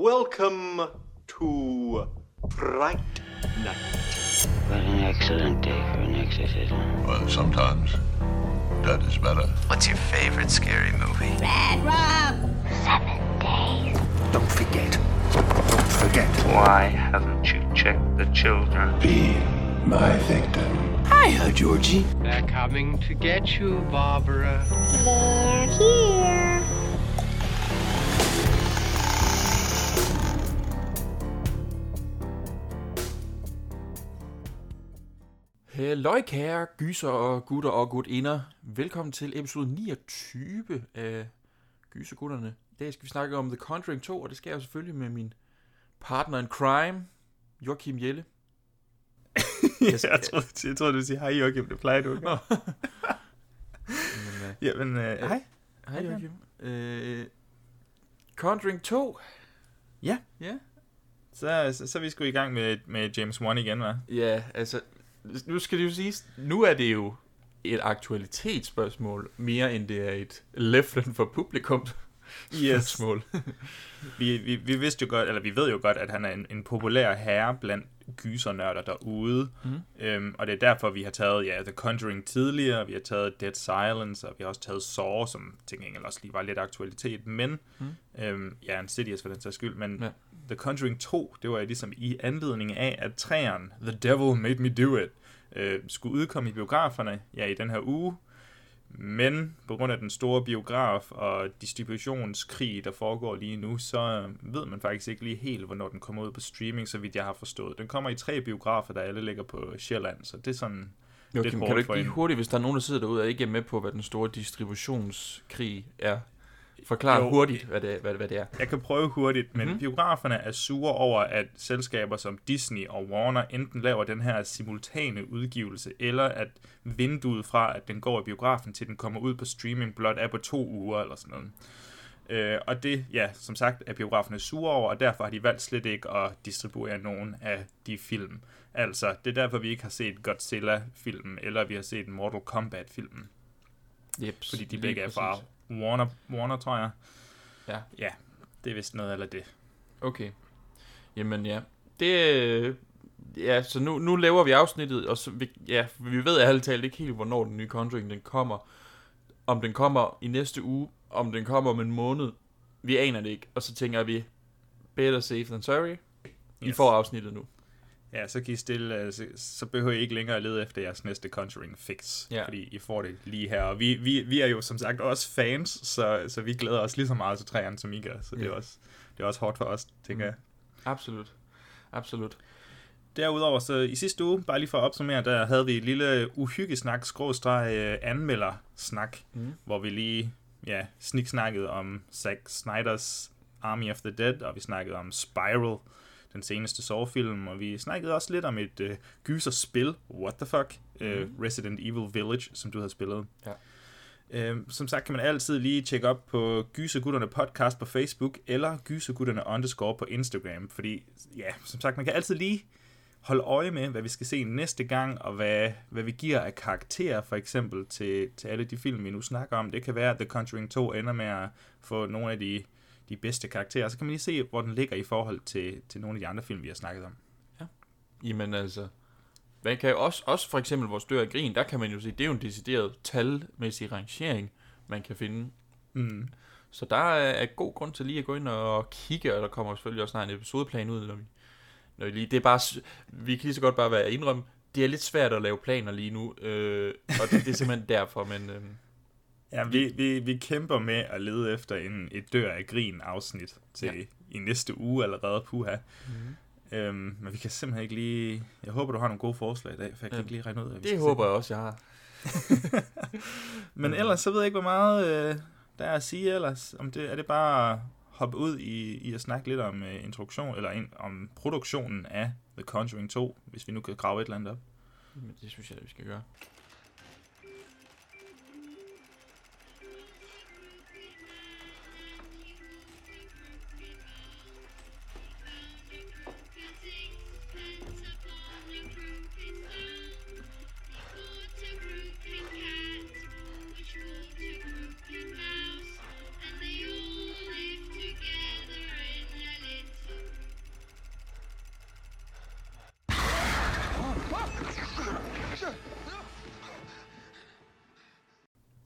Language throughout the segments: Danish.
Welcome to Fright Night. What an excellent day for an exorcism. Well, sometimes that is better. What's your favorite scary movie? Red Room. 7 days. Don't forget. Don't forget. Why haven't you checked the children? Be my victim. Hiya, Georgie. They're coming to get you, Barbara. They're here. Halløj kære gyser og gutter og gutinder. Velkommen til episode 29 af Gysergutterne. I dag skal vi snakke om The Conjuring 2, og det skal jeg selvfølgelig med min partner in crime, Joachim Jelle. Jeg troede, du ville sige hej Joachim, det plejer du ikke. Jamen, hej. Hej Joachim. Conjuring 2. Ja. Ja. Så vi skulle i gang med James Wan igen, hva'? Ja, altså, nu skal det jo siges, nu er det jo et aktualitetsspørgsmål, mere end det er et leflen for publikum. Spørgsmål. vi vidste jo godt, eller vi ved jo godt, at han er en populær herre blandt gysernørder derude. Og det er derfor, vi har taget The Conjuring tidligere, vi har taget Dead Silence, og vi har også taget Saw, som til gengæld også lige var lidt aktualitet, men Insidious for den sags skyld, men The Conjuring 2, det var ligesom i anledning af, at træeren The Devil Made Me Do It skulle udkomme i biograferne i den her uge. Men på grund af den store biograf og distributionskrig, der foregår lige nu, så ved man faktisk ikke lige helt, hvornår den kommer ud på streaming, så vidt jeg har forstået. Den kommer i 3 biografer, der alle ligger på Sjælland, så det er sådan lidt hårdt. Kan du ikke lige hurtigt, hvis der er nogen, der sidder derude og ikke er med på, hvad den store distributionskrig er? Forklar hurtigt, hvad det er. Jeg kan prøve hurtigt, men biograferne er sure over, at selskaber som Disney og Warner enten laver den her simultane udgivelse, eller at vinduet fra, at den går i biografen, til den kommer ud på streaming, blot er på 2 uger eller sådan noget. Og det, som sagt, er biograferne sure over, og derfor har de valgt slet ikke at distribuere nogen af de film. Altså, det er derfor, vi ikke har set Godzilla-filmen, eller vi har set Mortal Kombat-filmen. Jeps, fordi de begge er fra Warner, tror jeg. Ja, det er vist noget eller det. Okay. Jamen ja. Så nu laver vi afsnittet, og så, vi ved ærligt talt ikke helt, hvornår den nye Conjuring den kommer. Om den kommer i næste uge, om den kommer om en måned. Vi aner det ikke, og så tænker vi, better safe than sorry. I får afsnittet nu. Ja, så kan I stille, så behøver I ikke længere at lede efter jeres næste Conjuring fix, fordi I får det lige her. Og vi er jo som sagt også fans, så vi glæder os lige så meget til træerne, som I gør. Så det er også hårdt for os, tænker jeg. Absolut. Derudover, så i sidste uge, bare lige for at opsummere, der havde vi et lille uhyggesnak, /anmeldersnak, hvor vi lige sniksnakkede om Zack Snyders Army of the Dead, og vi snakkede om Spiral, den seneste Saw-film, og vi snakkede også lidt om et gyserspil, What the Fuck, Resident Evil Village, som du havde spillet. Ja. Som sagt kan man altid lige tjekke op på Gysergutterne podcast på Facebook, eller Gysergutterne _ på Instagram, fordi som sagt, man kan altid lige holde øje med, hvad vi skal se næste gang, og hvad vi giver af karakterer, for eksempel til alle de film, vi nu snakker om. Det kan være, at The Conjuring 2 ender med at få nogle af de bedste karakterer, så kan man lige se, hvor den ligger i forhold til nogle af de andre film, vi har snakket om. Ja. Jamen altså, man kan jo også for eksempel vores Dør af Grin, der kan man jo se, det er jo en decideret talmæssig rangering, man kan finde. Så der er god grund til lige at gå ind og kigge, og der kommer selvfølgelig også snart en episodeplan ud, når vi lige, det er bare, vi kan lige så godt bare være indrømme, det er lidt svært at lave planer lige nu, og det er simpelthen derfor, men... Ja, vi kæmper med at lede efter et Dør af Grin afsnit til i næste uge allerede, puha. Men vi kan simpelthen ikke lige... Jeg håber, du har nogle gode forslag i dag, for jeg kan ikke lige regne ud af, det håber jeg også, jeg har. Men ellers, så ved jeg ikke, hvor meget der er at sige ellers. Er det bare at hoppe ud i at snakke lidt om introduktion, eller om produktionen af The Conjuring 2, hvis vi nu kan grave et eller andet op? Men det synes jeg, vi skal gøre.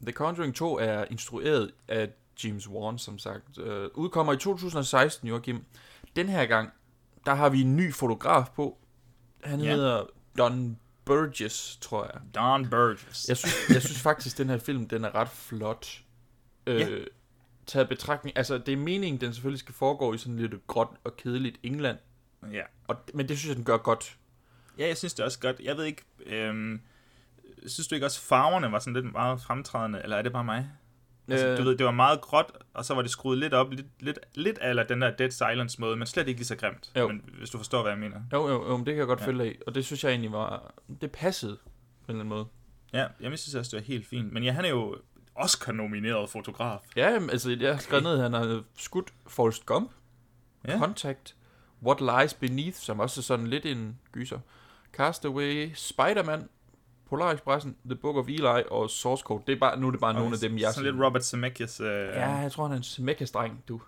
The Conjuring 2 er instrueret af James Wan, som sagt. Udkommer i 2016, Joachim. Den her gang, der har vi en ny fotograf på. Han hedder Don Burgess, tror jeg. Don Burgess. Jeg synes faktisk, den her film, den er ret flot. Taget betragtning. Altså, det er meningen, den selvfølgelig skal foregå i sådan lidt gråt og kedeligt England. Ja. Men det synes jeg, den gør godt. Ja, jeg synes det også godt. Jeg ved ikke, synes du ikke også, farverne var sådan lidt meget fremtrædende, eller er det bare mig? Altså, du ved, det var meget gråt, og så var det skruet lidt op, lidt eller den der Dead Silence måde, men slet ikke lige så grimt. Jo. Men hvis du forstår, hvad jeg mener. Jo, men det kan jeg godt følge af. Og det synes jeg egentlig var, det passede på en eller anden måde. Ja, jeg synes også, det var helt fint. Men ja, han er jo Oscar-nomineret fotograf. Ja, altså jeg har skrevet ned, han har skudt Forrest Gump, Contact, What Lies Beneath, som også er sådan lidt en gyser, Castaway, Spider-Man, Polar Expressen, The Book of Eli og Source Code. Det er bare, nu er det bare nogle af dem, jeg... Sådan lidt Robert Zemeckis... Ja, jeg tror, han er en Zemeckis-dreng, du.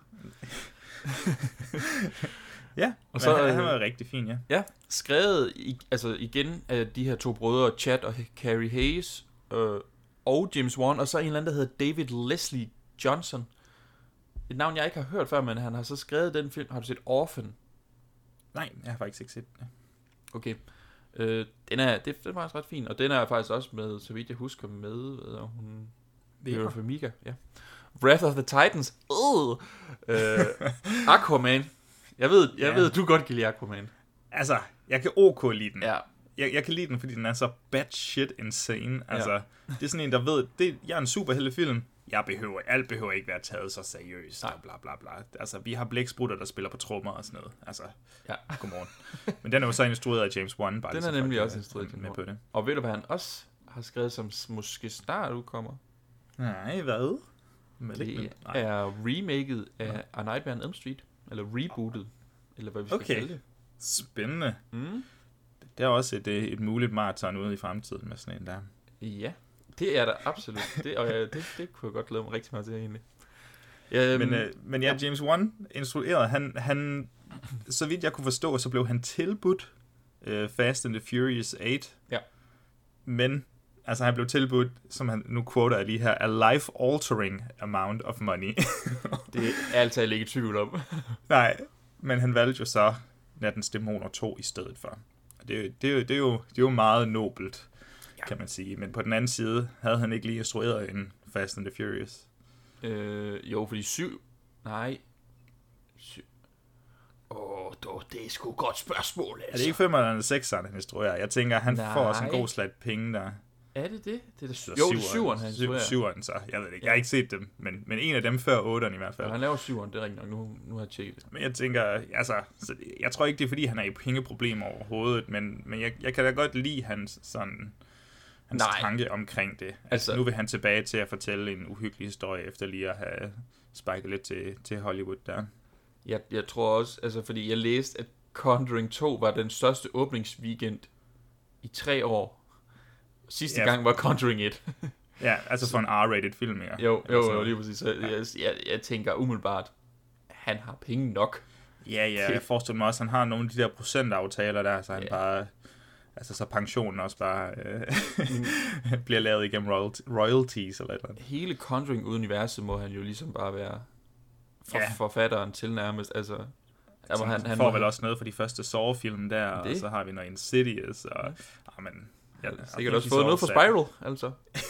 Ja, og så, han var rigtig fin, ja. Ja, skrevet igen af de her to brødre, Chad og Carrie Hayes, og James Wan, og så en eller anden, der hedder David Leslie Johnson. Et navn, jeg ikke har hørt før, men han har så skrevet den film. Har du set Orphan? Nej, jeg har faktisk ikke set den. Okay. Den er faktisk ret fin, og den er faktisk også med, så vidt jeg husker, med hun... Vera Farmiga, ja. Wrath of the Titans. Aquaman. Jeg ved, du godt kan lide Aquaman. Altså, jeg kan lide den. Ja. Jeg kan lide den, fordi den er så batshit insane. Altså, det er sådan en, der ved, jeg er en superheltefilm. Alt behøver ikke være taget så seriøst, og bla bla bla. Altså, vi har blæksprutter, der spiller på trommer og sådan noget. Altså, godmorgen. Men den er jo så instrueret af James Wan. Bare den er nemlig også instrueret af James Wan. På det. Og ved du, hvad han også har skrevet, som måske snart udkommer? Nej, hvad? Det er remaket af A Nightmare on Elm Street. Eller rebootet. Eller hvad vi skal kalde det. Spændende. Det er også et muligt maraton ude i fremtiden med sådan en der. Ja, det er der absolut. Det kunne jeg godt glæde mig rigtig meget til egentlig. Men ja, James Wan instruerede, han så vidt jeg kunne forstå, så blev han tilbudt Fast and the Furious 8. Ja. Men altså han blev tilbudt, som han nu quoter lige her, a life-altering amount of money. Det er altid ikke i tvivl om. Nej, men han valgte jo så Nattens Dæmoner 2 i stedet for. Det er jo meget nobelt, kan man sige. Men på den anden side, havde han ikke lige instrueret en Fast and the Furious? Jo, fordi 7... Nej. 7... det er sgu et godt spørgsmål, altså. Er det ikke 5 eller 6'eren, han instruerer? Jeg tænker, han får også en god slat penge der. Er det det? Det er jo, det er 7'eren, han instruerer. 7'eren, så. Jeg ved det ikke. Jeg har ikke set dem, men en af dem før 8'eren i hvert fald. Ja, han laver 7'eren, det er rigtig nok. Nu har jeg tjekket det. Men jeg tænker, altså... Jeg tror ikke, det er, fordi han er i pengeproblemer overhovedet, men jeg kan da godt lide hans tanke omkring det. Altså, nu vil han tilbage til at fortælle en uhyggelig historie, efter lige at have spiket lidt til Hollywood der. Jeg tror også, altså fordi jeg læste, at Conjuring 2 var den største åbningsweekend i 3 år. Sidste gang var Conjuring 1. Ja, altså for en R-rated film, ja. Jo, lige præcis. Så jeg tænker umiddelbart, han har penge nok. Ja, jeg forestiller mig også, han har nogle af de der procentaftaler der, så han bare... Altså så pensionen også bare bliver lavet igennem royalties eller noget. Hele Conjuring-universet må han jo ligesom bare være forfatteren til nærmest. Altså, han får vel også noget for de første Saw-film der, og så har vi noget Insidious, og... men, sikkert også fået noget for Spiral, altså.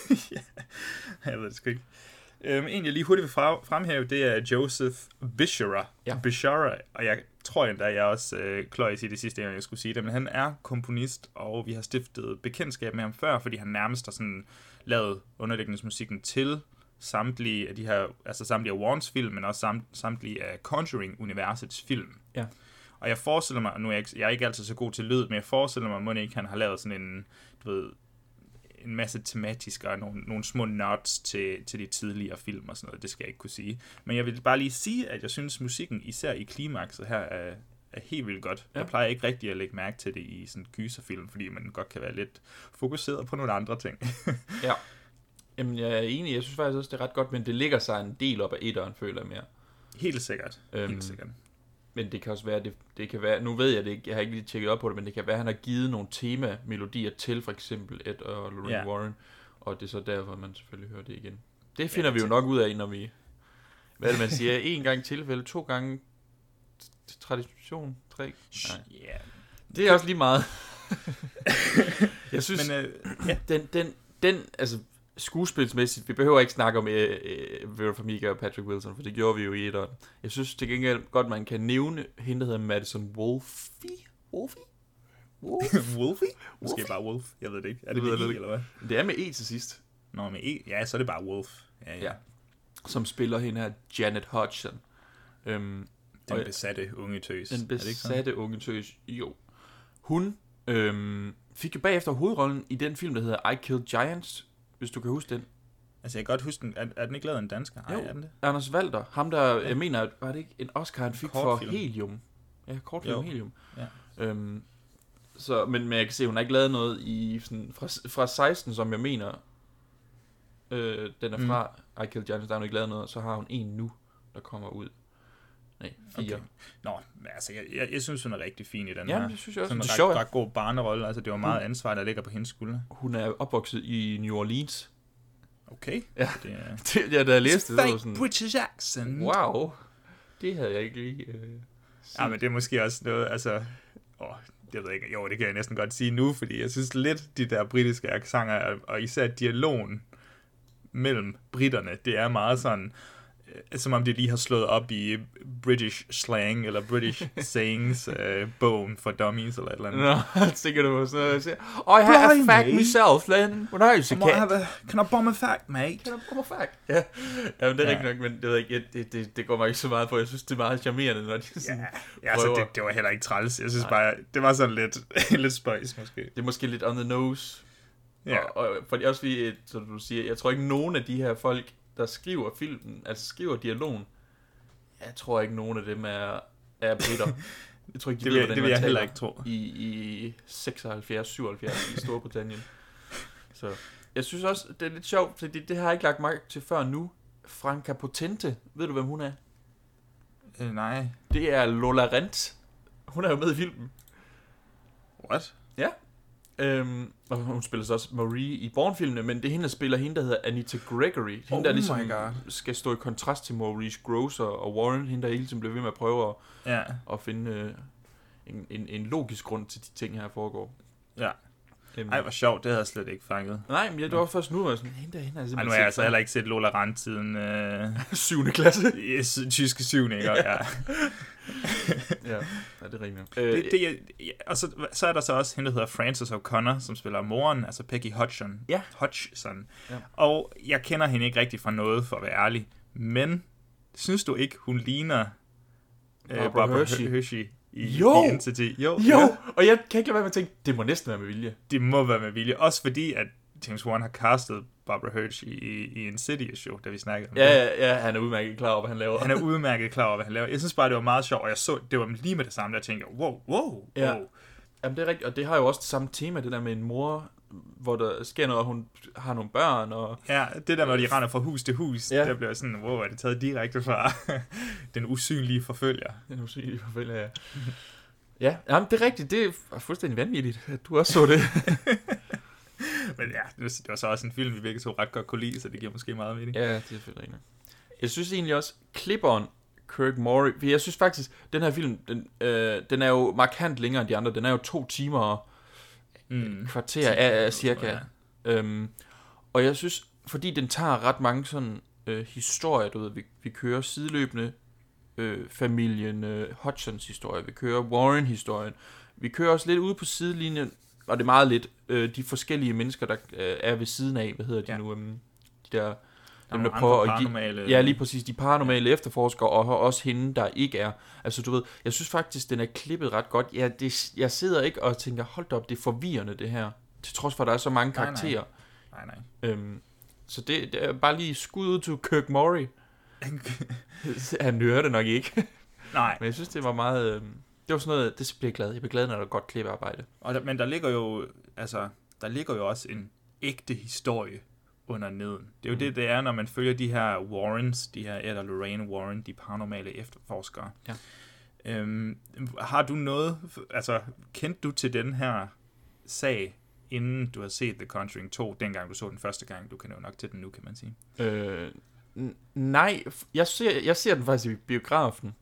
Jeg ved det sgu ikke. En, jeg lige hurtigt vil fremhæve, det er Joseph Bishara. Ja. Bishara, og jeg tror endda, jeg også kløjes i det sidste, jeg skulle sige det, men han er komponist, og vi har stiftet bekendtskab med ham før, fordi han nærmest har sådan lavet underlægningsmusikken til samtlige af de her, altså samtlige af Wans film, men også samtlige af Conjuring-universets film. Ja. Og jeg forestiller mig, nu er jeg ikke altid så god til lyd, men jeg forestiller mig, at ikke han har lavet sådan en, du ved, en masse tematiske og nogle små nods til de tidligere film og sådan noget. Det skal jeg ikke kunne sige. Men jeg vil bare lige sige, at jeg synes, musikken, især i klimakset her, er helt vildt godt. Ja. Jeg plejer ikke rigtig at lægge mærke til det i sådan en gyserfilm, fordi man godt kan være lidt fokuseret på nogle andre ting. Ja. Jamen, jeg er enig. Jeg synes faktisk også, det er ret godt, men det ligger sig en del op af etteren, føler jeg mere. Helt sikkert. Helt sikkert. Men det kan også være, det kan være, nu ved jeg det ikke, jeg har ikke lige tjekket op på det, men det kan være, at han har givet nogle tema-melodier til, for eksempel Ed og Lorraine Warren, Og det er så derfor, man selvfølgelig hører det igen. Det finder vi jo nok ud af, når vi... Hvad er det, man siger? 1 gang tilfælde, 2 gange tradition, 3... Nej. Yeah. Det er også lige meget. Jeg synes, den altså skuespilsmæssigt, vi behøver ikke snakke om Vera Farmiga og Patrick Wilson, for det gjorde vi jo i etteren. Jeg synes til gengæld godt, man kan nævne hende, der hedder Madison Wolfie? Wolfie? Måske bare Wolf, jeg ved det ikke. Er det med E, eller hvad? Det er med E til sidst. Nå, med E? Ja, så er det bare Wolf. Ja. Som spiller hende her, Janet Hodgson. Den besatte unge tøs. Den besatte unge tøs, jo. Hun fik jo bagefter hovedrollen i den film, der hedder I Killed Giants, hvis du kan huske den. Altså, jeg kan godt huske den. Er den ikke lavet en dansker? Jo, er den det? Anders Walter. Ham der, jeg mener, var det ikke en Oscar, han fik for Helium? Ja, kortfilm Helium. Ja. Men jeg kan se, hun har ikke lavet noget i sådan, fra 16, som jeg mener, den er fra I Killed Giants, der har hun ikke lavet noget, så har hun en nu, der kommer ud. Nej, 4. Okay. Nå, altså, jeg synes, hun er rigtig fin i den her. Ja, det synes jeg også. Sådan det er ret god barnerolle, altså det var meget ansvar, der ligger på hendes skuldre. Hun er opvokset i New Orleans. Okay. Ja, da jeg læste det, så var sådan... British accent. Wow, det havde jeg ikke lige... Ja, men det er måske også noget, altså... det ved jeg ikke, jo, det kan jeg næsten godt sige nu, fordi jeg synes lidt, de der britiske accenter, og især dialogen mellem britterne, det er meget sådan... som om de lige har slået op i British slang, eller British sayings, bogen for dummies, eller et eller andet. Nå, tænker du på sådan noget. I have a fact myself, then, when I was a kid. Can I bomb a fact, mate? Can I bomb a fact? Ja, men det er rigtigt nok, men det ved jeg ikke, det går mig ikke så meget på. Jeg synes, det er meget charmerende, når de sådan altså, det var heller ikke træls. Jeg synes bare, det var sådan lidt spøjs, måske. Det er måske lidt on the nose. Ja. Og fordi også vi, som du siger, jeg tror ikke, nogen af de her folk, der skriver filmen, altså skriver dialogen, jeg tror ikke, nogen af dem er britter. Jeg tror ikke, de ved, hvordan man taler ikke tro. I 76-77 i Storbritannien. Så jeg synes også, det er lidt sjovt, fordi det har jeg ikke lagt mærke til før nu. Franka Potente, ved du, hvem hun er? Nej. Det er Lola Rent. Hun er jo med i filmen. What? Ja. Og hun spiller så også Marie i Bourne-filmene, men det er hende, der spiller hende, der hedder Anita Gregory. Hende, der ligesom skal stå i kontrast til Maurice Grosse og Warren. Hende, der hele tiden bliver ved med at prøve at finde en logisk grund til de ting her foregår. Ja. Ej, hvor sjovt, det havde jeg slet ikke fanget. Nej, men det var først nu, hvor sådan, hende er simpelthen... nu har jeg altså heller ikke set Lola Rent siden... 7. klasse. Tyske 7. ikke? Ja. Ja, det ringer. Og så er der så også hende, der hedder Frances O'Connor, som spiller moren, altså Peggy Hodgson. Ja. Hodgson. Ja. Og jeg kender hende ikke rigtig fra noget, for at være ærlig. Men synes du ikke, hun ligner Barbara Hershey i Entity? Jo. Og jeg kan ikke lade være med at tænke, det må næsten være med vilje. Det må være med vilje. Også fordi, at James Wan har castet Barbara Hershey i Insidious show, da vi snakkede om det. Ja, han er udmærket klar over, hvad han laver. Jeg synes bare, det var meget sjovt, og jeg så, det var lige med det samme, der tænkte, wow. Ja. Jamen, det er rigtigt, og det har jo også det samme tema, det der med en mor, hvor der sker noget, og hun har nogle børn, og... Ja, det der, når de render fra hus til hus, der bliver sådan, wow, er det taget direkte fra den usynlige forfølger. Ja. Ja, jamen, det er rigtigt, det er fuldstændig vanvittigt, at du også så det. Men ja, det var så også en film, vi begge så ret godt kunne lide, så det giver måske meget mening. Ja, det er selvfølgelig rigtigt. Jeg synes egentlig også, klipperen Kirk Morley, for jeg synes faktisk, den her film, den er jo markant længere end de andre. Den er jo 2 timer og kvarter af cirka. Ja. Og jeg synes, fordi den tager ret mange sådan historier, du ved, vi kører sideløbende familien Hodgsons historie, vi kører Warren-historien, vi kører også lidt ude på sidelinjen, og det er meget lidt de forskellige mennesker, der er ved siden af, hvad hedder de nu, de der... Dem, der prøver ja, lige præcis, de paranormale efterforskere, og også hende, der ikke er. Altså, du ved, jeg synes faktisk, den er klippet ret godt. Ja, jeg sidder ikke og tænker, hold da op, det er forvirrende, det her. Til trods for, at der er så mange karakterer. Nej. Så det er bare lige skud ud til Kirk Morley. Han hører det nok ikke. Nej. Men jeg synes, det var meget... det var sådan noget, det bliver jeg glad. Jeg bliver glad, når der er godt klippearbejde. Men der ligger jo også en ægte historie under neden. Det er jo det er, når man følger de her Warrens, eller Lorraine Warren, de paranormale efterforskere. Ja. Har du noget, altså kendte du til den her sag, inden du har set The Conjuring 2, dengang du så den første gang. Du kan jo nok til den nu, kan man sige. Nej, jeg ser den faktisk i biografen.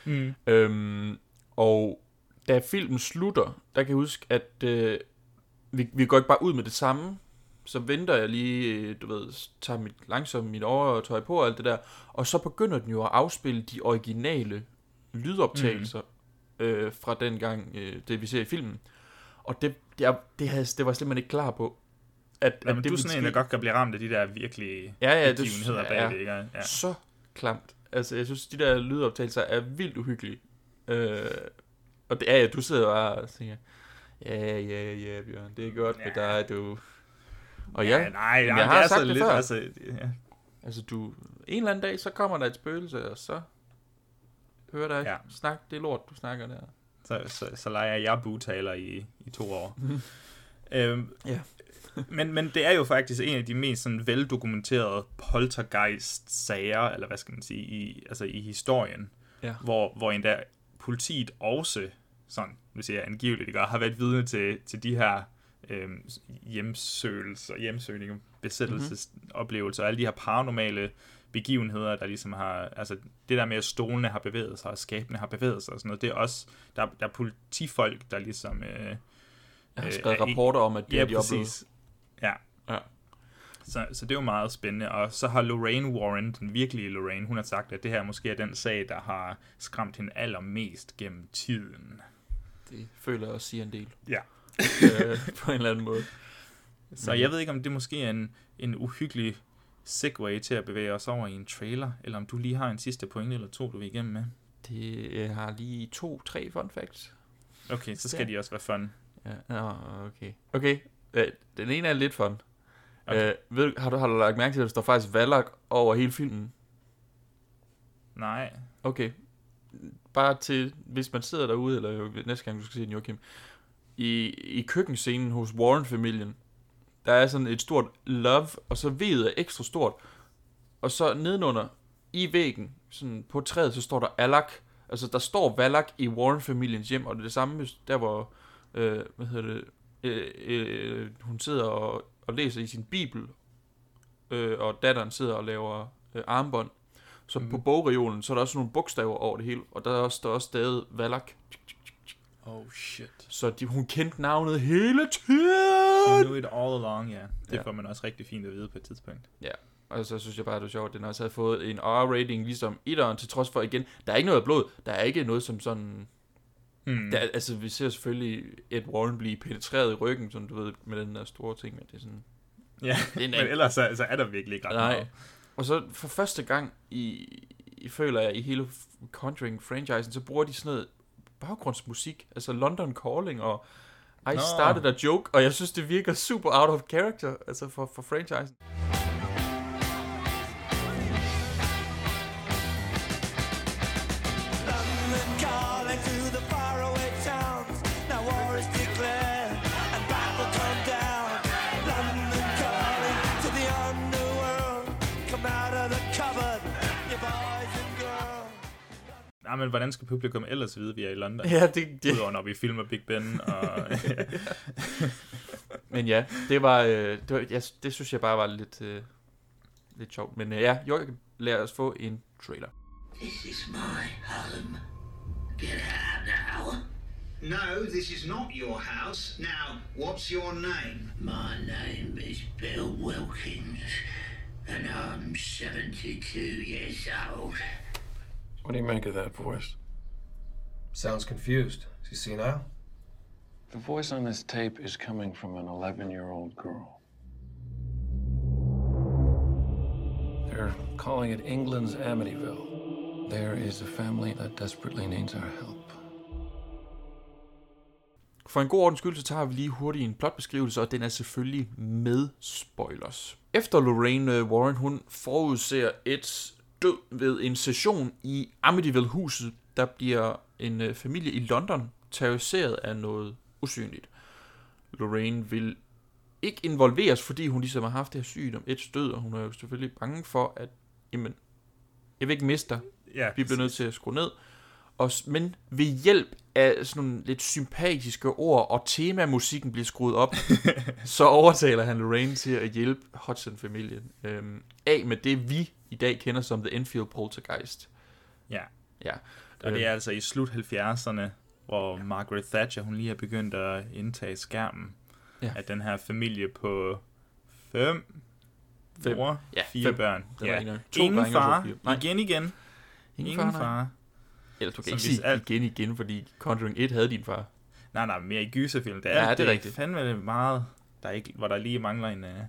Og da filmen slutter, der kan jeg huske, at vi går ikke bare ud med det samme. Så venter jeg lige, du ved, tager langsomt mit overtøj på og alt det der. Og så begynder den jo at afspille de originale lydoptagelser fra den gang, det vi ser i filmen. Og det var jeg simpelthen ikke klar på. Men du er sådan en, der godt kan blive ramt af de der virkelige begivenheder bag det, ikke? Ja. Så klamt. Altså, jeg synes, de der lydoptagelser er vildt uhyggelige. Og det er du sidder bare og tænker, ja, Bjørn, det er godt med dig, du. Og jeg har sagt det før. Altså, en eller anden dag, så kommer der et spøgelse, og så hører der ikke snak, det er lort, du snakker der. Så leger jeg butaler i 2 år. Men det er jo faktisk en af de mest sådan veldokumenterede poltergeist-sager, eller hvad skal man sige, i historien, hvor endda politiet også, sådan, hvis jeg angiveligt har været vidne til de her hjemsøgninger, besættelsesoplevelser, og alle de her paranormale begivenheder, der ligesom har, altså det der med, at stolene har bevæget sig, og skabene har bevæget sig og sådan noget, det er også, der er politifolk, der ligesom har skrevet rapporter om, at det er de præcis. Ja. Så det er jo meget spændende, og så har Lorraine Warren, den virkelige Lorraine, hun har sagt, at det her måske er den sag, der har skræmt hende allermest gennem tiden. Det føler jeg også siger en del. Ja. På en eller anden måde. Så jeg ved ikke, om det måske er en uhyggelig segway til at bevæge os over i en trailer, eller om du lige har en sidste pointe eller 2, du vil igennem med. Det har lige 2-3 fun facts. Okay, så skal de også være fun. Ja, okay. Den ene er lidt fun. Okay. Har du lagt mærke til, at der står faktisk Valak over hele filmen? Nej. Okay. Bare til, hvis man sidder derude, eller næste gang du skal se den, Joachim. I køkkenscenen hos Warren-familien, der er sådan et stort love, og så V'et er ekstra stort. Og så nedenunder, i væggen, sådan på træet, så står der Alak. Altså, der står Valak i Warren-familiens hjem, og det er det samme, der hvor, hun sidder og læser i sin bibel, og datteren sidder og laver armbånd. Så på bogreolen, så er der også nogle bogstaver over det hele, og der står også stadig Valak. Oh shit. Så hun kendte navnet hele tiden. She knew it all along, ja. Det får man også rigtig fint at vide på et tidspunkt. Ja, og så synes jeg bare, det er sjovt, at den også havde fået en R-rating, ligesom etteren, til trods for igen, der er ikke noget af blod, der er ikke noget som sådan... Der, altså, vi ser selvfølgelig Ed Warren blive penetreret i ryggen, sådan du ved, med den der store ting, men det er sådan... Ja, men ellers så er der virkelig ikke ret meget. Og så for første gang føler jeg, i hele Conjuring-franchisen, så bruger de sådan noget baggrundsmusik, altså London Calling og I Started a Joke, og jeg synes, det virker super out of character, altså for franchisen. Men hvordan skal publikum ellers vide, at vi er i London? Ja, det... Udover når vi filmer Big Ben. Og Men ja, det synes jeg bare var lidt sjovt. Men Jørgen, lad os få en trailer. This is my home. Get out now. No, this is not your house. Now, what's your name? My name is Bill Wilkins, and I'm 72 years old. What do you make of that voice? Sounds confused. Is he senile? The voice on this tape is coming from an 11-year-old girl. They're calling it England's Amityville. There is a family that desperately needs our help. For en god ordens skyld, så tager vi lige hurtigt en plotbeskrivelse, og den er selvfølgelig med spoilers. Efter Lorraine Warren, hun forudser Eds død ved en session i Amityville-huset, der bliver en familie i London terroriseret af noget usynligt. Lorraine vil ikke involveres, fordi hun ligesom har haft det her sygdom, Eds død, og hun er jo selvfølgelig bange for, at jeg vil ikke miste dig. Ja, vi bliver nødt til at skrue ned. Men ved hjælp af sådan nogle lidt sympatiske ord, og temamusikken bliver skruet op, så overtaler han Lorraine til at hjælpe Hudson-familien af med det, vi i dag kender som The Enfield Poltergeist. Ja. Ja. Og det er altså i slut 70'erne, hvor Margaret Thatcher, hun lige har begyndt at indtage skærmen af den her familie på 5 mor, 4 børn. Ja. Ingen far. Igen. Ingen far. Eller du kan ikke sige igen, fordi Conjuring 1 havde din far. Nej, mere i gyserfilm. Det er rigtigt. Fandme meget, hvor der lige mangler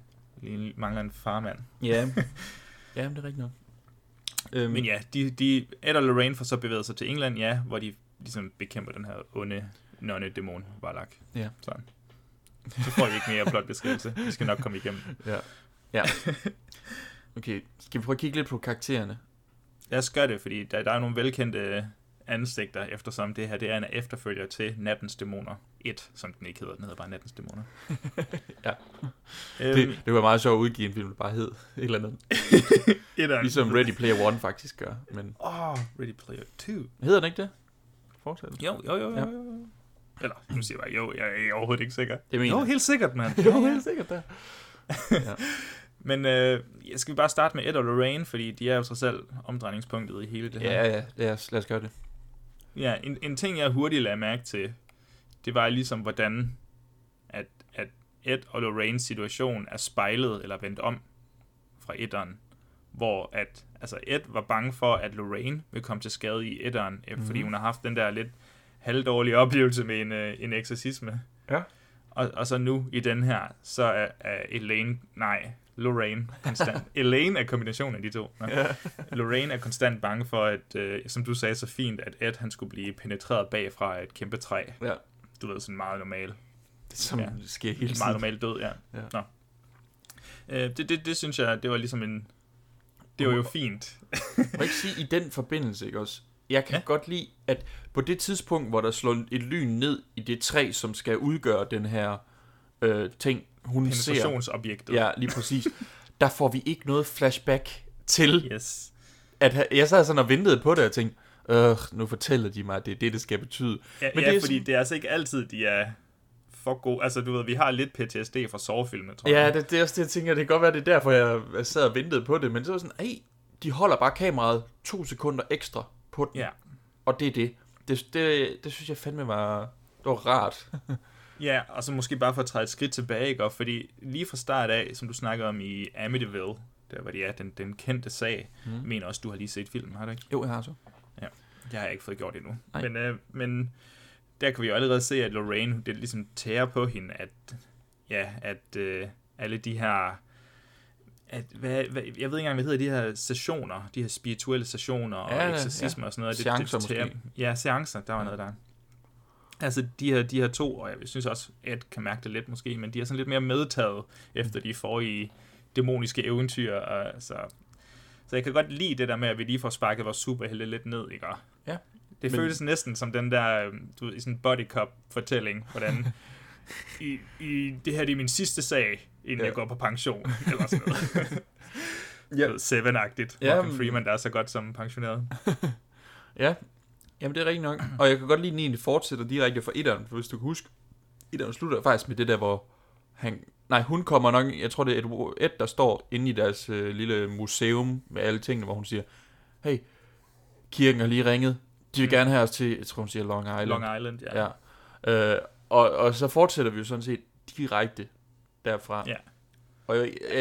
en farmand. Ja, ja, det er rigtigt nok. Men ja, Ed og Lorraine får så bevæget sig til England, hvor de ligesom bekæmper den her onde nonne-dæmon, Varlak. Ja. Sådan. Så får vi ikke mere plotbeskrivelse. Vi skal nok komme igennem. Ja. Okay, skal vi prøve at kigge lidt på karaktererne? Lad os gøre det, fordi der er nogle velkendte ansigter, eftersom det her det er en efterfølger til Nattens Dæmoner 1, som den ikke hedder. Den hedder bare Nattens Dæmoner. Ja. Det var meget sjovt at udgive en film, der bare hed et eller andet. Ligesom Ready Player One faktisk gør. Men... Ready Player 2. Hedder den ikke det? Fortsæt. Jo. Eller, nu siger jeg bare, jeg er overhovedet ikke sikker. Jo, helt sikkert, mand. Jo, helt sikkert der. Ja. Men skal vi bare starte med Ed og Lorraine, fordi de er jo sig selv omdrejningspunktet i hele det her. Ja, lad os gøre det. Ja, en ting, jeg hurtigt lagde mærke til, det var ligesom, hvordan at Ed og Lorraines situation er spejlet eller vendt om fra etteren, hvor Ed var bange for, at Lorraine vil komme til skade i etteren, fordi hun har haft den der lidt halvdårlige oplevelse med en eksorcisme. Ja. Og så nu i den her, så er Lorraine konstant. Elaine er kombinationen af de to. Ja. Lorraine er konstant bange for, at, som du sagde så fint, at Ed han skulle blive penetreret bagfra af et kæmpe træ. Ja. Du ved, sådan meget normal. Det som sker hele tiden. Meget normal død, ja. Nå. Det synes jeg, det var ligesom det var jo fint. Må jeg ikke sige, i den forbindelse, ikke også? Jeg kan godt lide, at på det tidspunkt, hvor der slår et lyn ned i det træ, som skal udgøre den her ting, hun ser. Penetrationsobjektet. Ja, lige præcis. Der får vi ikke noget flashback til, at jeg sad sådan og ventede på det og tænkte, nu fortæller de mig, at det er det skal betyde. Ja, men det er fordi det er altså ikke altid, de er for gode. Altså, du ved, vi har lidt PTSD fra Saw-filmen, tror jeg. Ja, det er også det, jeg tænker, det kan godt være, det er derfor, jeg sad og ventede på det, men så var sådan, de holder bare kameraet 2 sekunder ekstra på den. Ja. Og det er det. Det synes jeg fandme var rart. Ja, og så måske bare for at træde et skridt tilbage, ikke? Fordi lige fra start af, som du snakker om i Amityville, der var den kendte sag, mener også, du har lige set filmen, har du ikke? Jo, jeg har så. Ja, det har jeg ikke fået gjort endnu. Men der kan vi jo allerede se, at Lorraine, det ligesom tærer på hende, at alle de her... jeg ved ikke engang, hvad hedder de her sessioner, de her spirituelle sessioner og eksorcismer og sådan noget. Seancer måske. Ja, seancer, der var noget der. Altså de her to, og jeg synes også, Ed kan mærke det lidt måske, men de er sådan lidt mere medtaget efter de forrige dæmoniske eventyr. Så jeg kan godt lide det der med, at vi lige får sparket vores superhelte lidt ned, ikke? Ja. Det føles næsten som den der, du ved, i sådan en body cop fortælling, hvordan det her det er min sidste sag, inden jeg går på pension, eller sådan noget. Seven-agtigt. Morgan Freeman, der er så godt som pensioneret. Ja, jamen det er rigtigt nok. Og jeg kan godt lide, at den egentlig fortsætter direkte fra etteren, for hvis du kan huske, etteren slutter faktisk med det der, hvor hun kommer nok, jeg tror det er Ed, der står inde i deres lille museum med alle tingene, hvor hun siger, hey, kirken har lige ringet, de vil gerne have os til, jeg tror hun siger Long Island. Long Island, ja. Og så vi jo sådan set direkte derfra. Ja. Og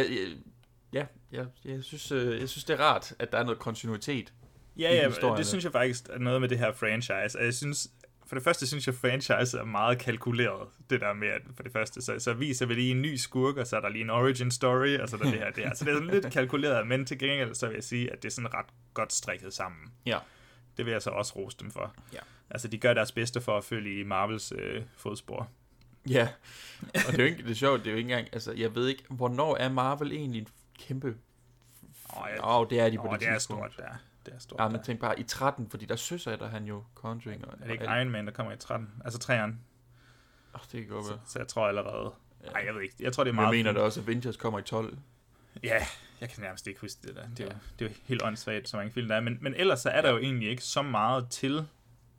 jeg synes det er rart, at der er noget kontinuitet. Ja, det synes jeg faktisk er noget med det her franchise. Og jeg synes, for det første synes jeg, franchise er meget kalkuleret. Det der med, at for det første, så viser vi lige en ny skurk, og så er der lige en origin story, og så er der det her. Så det er sådan lidt kalkuleret, men til gengæld, så vil jeg sige, at det er sådan ret godt strikket sammen. Ja. Det vil jeg så også rose dem for. Ja. Altså, de gør deres bedste for at følge i Marvels fodspor. Ja, og det er jo ikke det sjovt, det er jo ikke engang, altså, jeg ved ikke, hvornår er Marvel egentlig en kæmpe... det er de på det tidspunkt. Stort, der. Det er stort. Ja, men tænk bare i 13, fordi der søsætter han jo Conjuring. Er det ikke Iron Man, der kommer i 13? Altså 3'eren. Det kan godt være. Så jeg tror allerede... Nej, jeg ved ikke. Jeg tror, det er meget... Jeg mener da også, at Avengers kommer i 12. Ja, jeg kan nærmest ikke huske det der. Det er jo helt åndssvagt, så mange film der er. Men ellers så er der jo egentlig ikke så meget til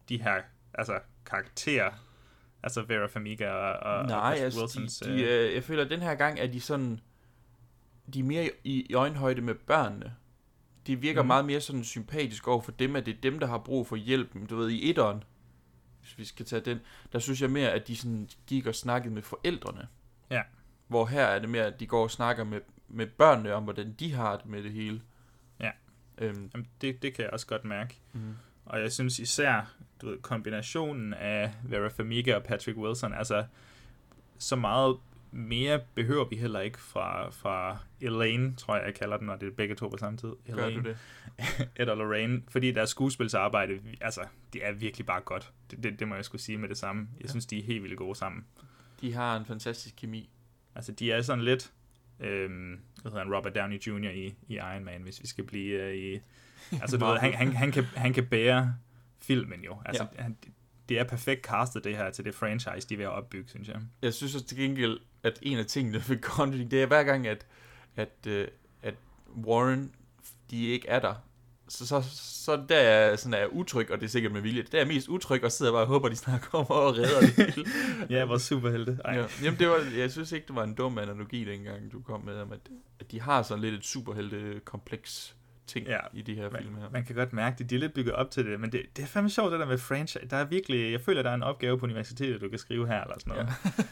de her karakterer, altså Vera Farmiga og Patrick Wilsons... jeg føler, at den her gang er de sådan... De er mere i øjenhøjde med børnene. De virker meget mere sådan sympatisk over for dem, at det er dem, der har brug for hjælpen. Du ved, i etteren, hvis vi skal tage den, der synes jeg mere, at de sådan gik og snakkede med forældrene. Ja. Hvor her er det mere, at de går og snakker med børnene om, hvordan de har det med det hele. Ja, jamen, det kan jeg også godt mærke. Og jeg synes især, du ved, kombinationen af Vera Farmiga og Patrick Wilson, altså så meget mere behøver vi heller ikke fra Elaine, tror jeg kalder den, når det er begge to på samme tid. Elaine. Gør du det? Ed og Lorraine, fordi deres skuespilsarbejde, altså, det er virkelig bare godt. Det må jeg skulle sige med det samme. Jeg synes, de er helt vildt gode sammen. De har en fantastisk kemi. Altså, de er sådan lidt, Robert Downey Jr. i Iron Man, hvis vi skal blive i... Altså, du ved, han kan bære filmen jo. Altså, det er perfekt castet, det her, til det franchise, de er ved at opbygge, synes jeg. Jeg synes også til gengæld, at en af tingene ved Conjuring, det er hver gang, at Warren, de ikke er der, så der er sådan er utryg, og det er sikkert med vilje. Der er mest utryg, og sidder bare og håber, de snart kommer og redder det. Ja, vores superhelte. Ja. Jamen, jeg synes ikke, det var en dum analogi, dengang du kom med, om at de har sådan lidt et superhelte-kompleks ting i de her film her. Man kan godt mærke det, de er lidt bygget op til det, men det er fandme sjovt, det der med franchise. Der er virkelig, jeg føler, der er en opgave på universitetet, du kan skrive her, eller sådan noget.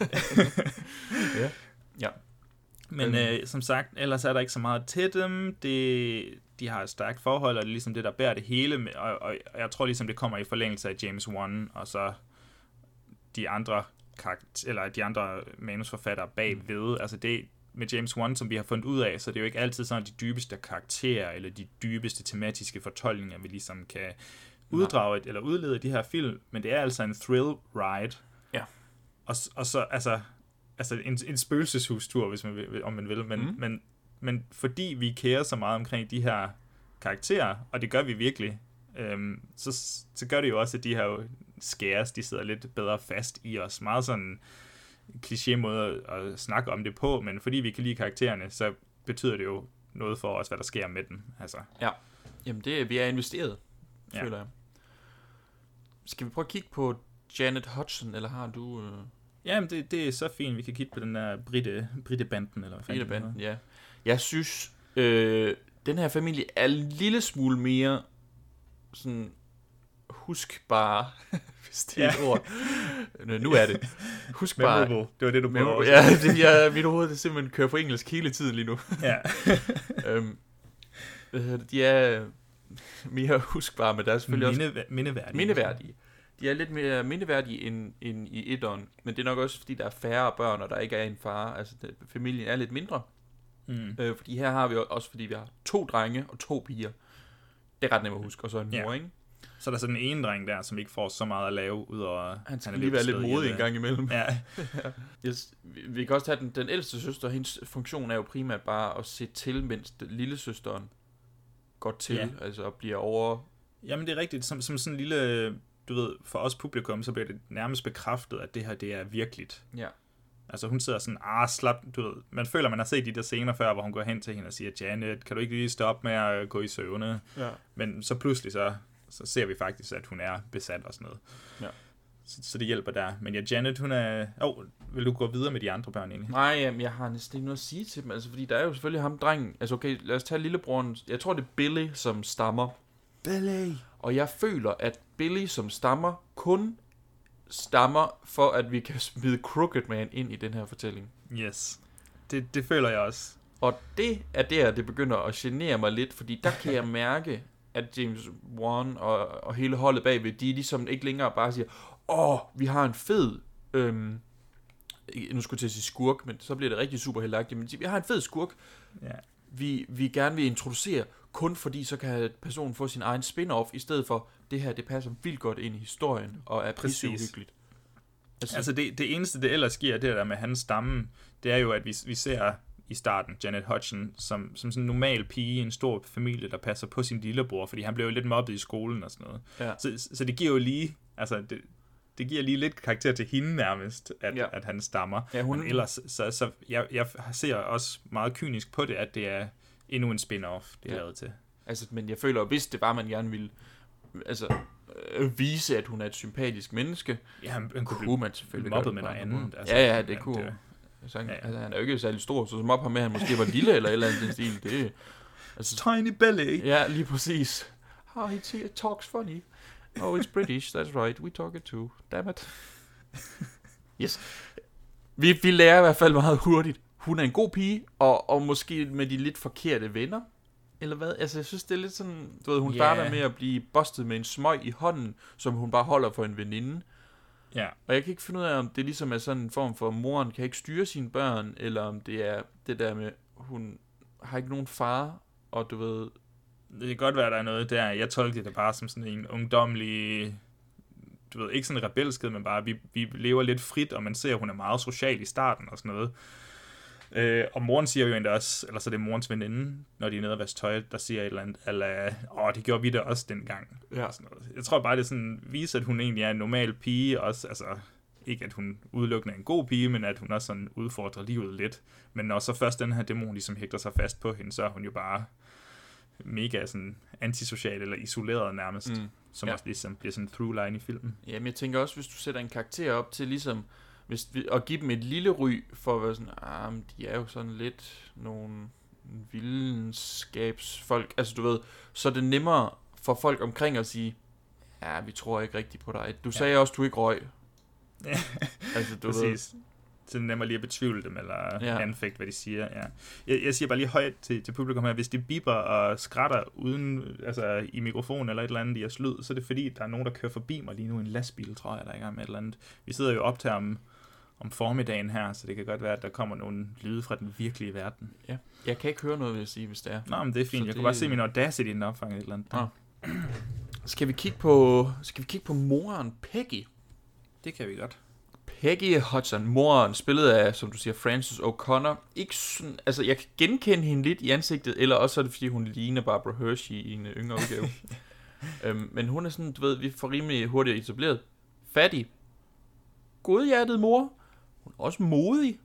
Ja. Men som sagt, ellers er der ikke så meget til dem. De har et stærkt forhold, og det er ligesom det, der bærer det hele. Og jeg tror ligesom, det kommer i forlængelse af James Wan, og så de andre manusforfattere bagved. Altså det med James Wan, som vi har fundet ud af, så det er jo ikke altid sådan de dybeste karakterer, eller de dybeste tematiske fortolkninger, vi ligesom kan uddrage eller udlede de her film, men det er altså en thrill ride. Ja. Og så, altså en spøgelseshustur, hvis man vil, om man vil, men fordi vi kærer så meget omkring de her karakterer, og det gør vi virkelig, så gør det jo også, at de her scares, de sidder lidt bedre fast i os. Meget sådan kliché måde at snakke om det på, men fordi vi kan lide karaktererne, så betyder det jo noget for os, hvad der sker med dem. Altså. Ja, jamen vi er investeret, føler jeg. Skal vi prøve at kigge på Janet Hudson, eller har du... Jamen, det er så fint, vi kan kigge på den der Britte-banden, eller hvad fanden. Britte-banden, ja. Jeg synes, den her familie er en lille smule mere sådan huskbare, hvis det er et ord. Nu er det. Huskbare. Memorable. Det var det, du prøvede. Ja, mit hoved det simpelthen kører på engelsk hele tiden lige nu. Ja. De er mere huskbare, men der er selvfølgelig også... Mindeværdige. De er lidt mere mindeværdige end i etteren, men det er nok også, fordi der er færre børn, og der ikke er en far. Altså, familien er lidt mindre. Fordi her har vi også, fordi vi har 2 drenge og 2 piger. Det er ret nemt at huske, og så en mor, ikke? Så er der sådan en ene dreng der, som ikke får så meget at lave, udover... Han skal lige være lidt modig en gang imellem. Ja. Yes. Vi kan også tage den ældste søster, hendes funktion er jo primært bare at se til, mens lillesøsteren går til, altså bliver over... Jamen det er rigtigt, som sådan en lille... Du ved, for os publikum, så bliver det nærmest bekræftet, at det her, det er virkeligt. Ja. Altså hun sidder sådan, slap, du ved, man føler, man har set de der scener før, hvor hun går hen til hende og siger, Janet, kan du ikke lige stoppe med at gå i søvne? Ja. Men så pludselig, så ser vi faktisk, at hun er besat og sådan noget. Ja. Så det hjælper der. Men ja, Janet, hun er... vil du gå videre med de andre børn egentlig? Nej, jeg har næsten ikke noget at sige til dem, altså fordi der er jo selvfølgelig ham drengen, altså okay, lad os tage lillebroren, jeg tror det er Billy, som stammer. Billy! Og jeg føler, at Billy som stammer kun stammer for, at vi kan smide Crooked Man ind i den her fortælling. Yes. Det føler jeg også. Og det er der, det begynder at genere mig lidt, fordi der kan jeg mærke, at James Wan og hele holdet bagved, de ligesom ikke længere bare siger, vi har en fed, nu skulle jeg til at sige skurk, men så bliver det rigtig superheltagtigt, men vi har en fed skurk, vi gerne vil introducere, kun fordi så kan personen få sin egen spin-off, i stedet for, det her, det passer vildt godt ind i historien, og er pisseuhyggeligt. Altså det eneste, det ellers sker, det der med hans stamme, det er jo, at vi ser i starten Janet Hudson som sådan en normal pige i en stor familie, der passer på sin lillebror, fordi han blev jo lidt mobbet i skolen og sådan noget. Ja. Så det giver jo lige, altså det giver lige lidt karakter til hende nærmest, at han stammer. Ja, men ellers, så jeg ser også meget kynisk på det, at det er endnu en spin-off, det er lavet til. Altså, men jeg føler, hvis det var, man gerne ville, altså, vise, at hun er et sympatisk menneske. Ja, han kunne man selvfølgelig mobbet med noget andet. Altså, ja, det kunne. Altså, han er jo ikke særlig stor, så som op ham med, han måske var lille eller et eller andet stil. Det, altså, tiny belly. Ja, lige præcis. Oh, he talks funny. Oh, it's British, that's right. We talk it too. Damn it. Yes. Vi lærer i hvert fald meget hurtigt. Hun er en god pige, og måske med de lidt forkerte venner. Eller hvad? Altså, jeg synes, det er lidt sådan... Du ved, hun starter med at blive bustet med en smøg i hånden, som hun bare holder for en veninde. Ja. Og jeg kan ikke finde ud af, om det ligesom er sådan en form for, moren kan ikke styre sine børn, eller om det er det der med, hun har ikke nogen far, og du ved... Det kan godt være, der er noget der. Jeg tolker det bare som sådan en ungdomlig... Du ved, ikke sådan en rebelskhed, men bare, vi lever lidt frit, og man ser, at hun er meget social i starten og sådan noget. Og moren siger jo endda også, eller så det er morens veninde, når de er nede og vaske tøj, der siger et eller andet, eller, det gjorde vi da også dengang. Ja. Sådan noget. Jeg tror bare, det sådan viser, at hun egentlig er en normal pige, også, altså, ikke at hun udelukkende er en god pige, men at hun også sådan udfordrer livet lidt. Men når så først den her dæmon ligesom hægter sig fast på hende, så er hun jo bare mega sådan antisocial eller isoleret nærmest, som også ligesom bliver sådan en through line i filmen. Jamen jeg tænker også, hvis du sætter en karakter op til ligesom, og give dem et lille ry for at være sådan, de er jo sådan lidt nogle videnskabsfolk, altså du ved, så er det nemmere for folk omkring at sige, ja, vi tror ikke rigtigt på dig. Du sagde også, du ikke røg. Ja, altså, du præcis. Så det er nemmere lige at betvivle dem, eller anfægte, hvad de siger. Ja. Jeg siger bare lige højt til publikum her, hvis de biber og skrætter uden, altså i mikrofon eller et eller andet i jeres lyd, så er det fordi, der er nogen, der kører forbi mig lige nu, en lastbil, tror jeg, der er i gang med et eller andet. Vi sidder jo op til om formiddagen her, så det kan godt være, at der kommer nogle lyde fra den virkelige verden. Ja, jeg kan ikke høre noget, vil jeg sige, hvis det er. Nå, men det er fint. Jeg kan bare se min Audacity, den opfanger et eller andet. Skal vi kigge på moren Peggy? Det kan vi godt. Peggy Hudson, moren, spillet af, som du siger, Frances O'Connor. Ikke sådan, altså, jeg kan genkende hende lidt i ansigtet, eller også er det, fordi hun ligner Barbara Hershey i en yngre udgave. Men hun er sådan, du ved, vi får rimelig hurtigt etableret. Fattig. Godhjertet mor. Hun er også modig.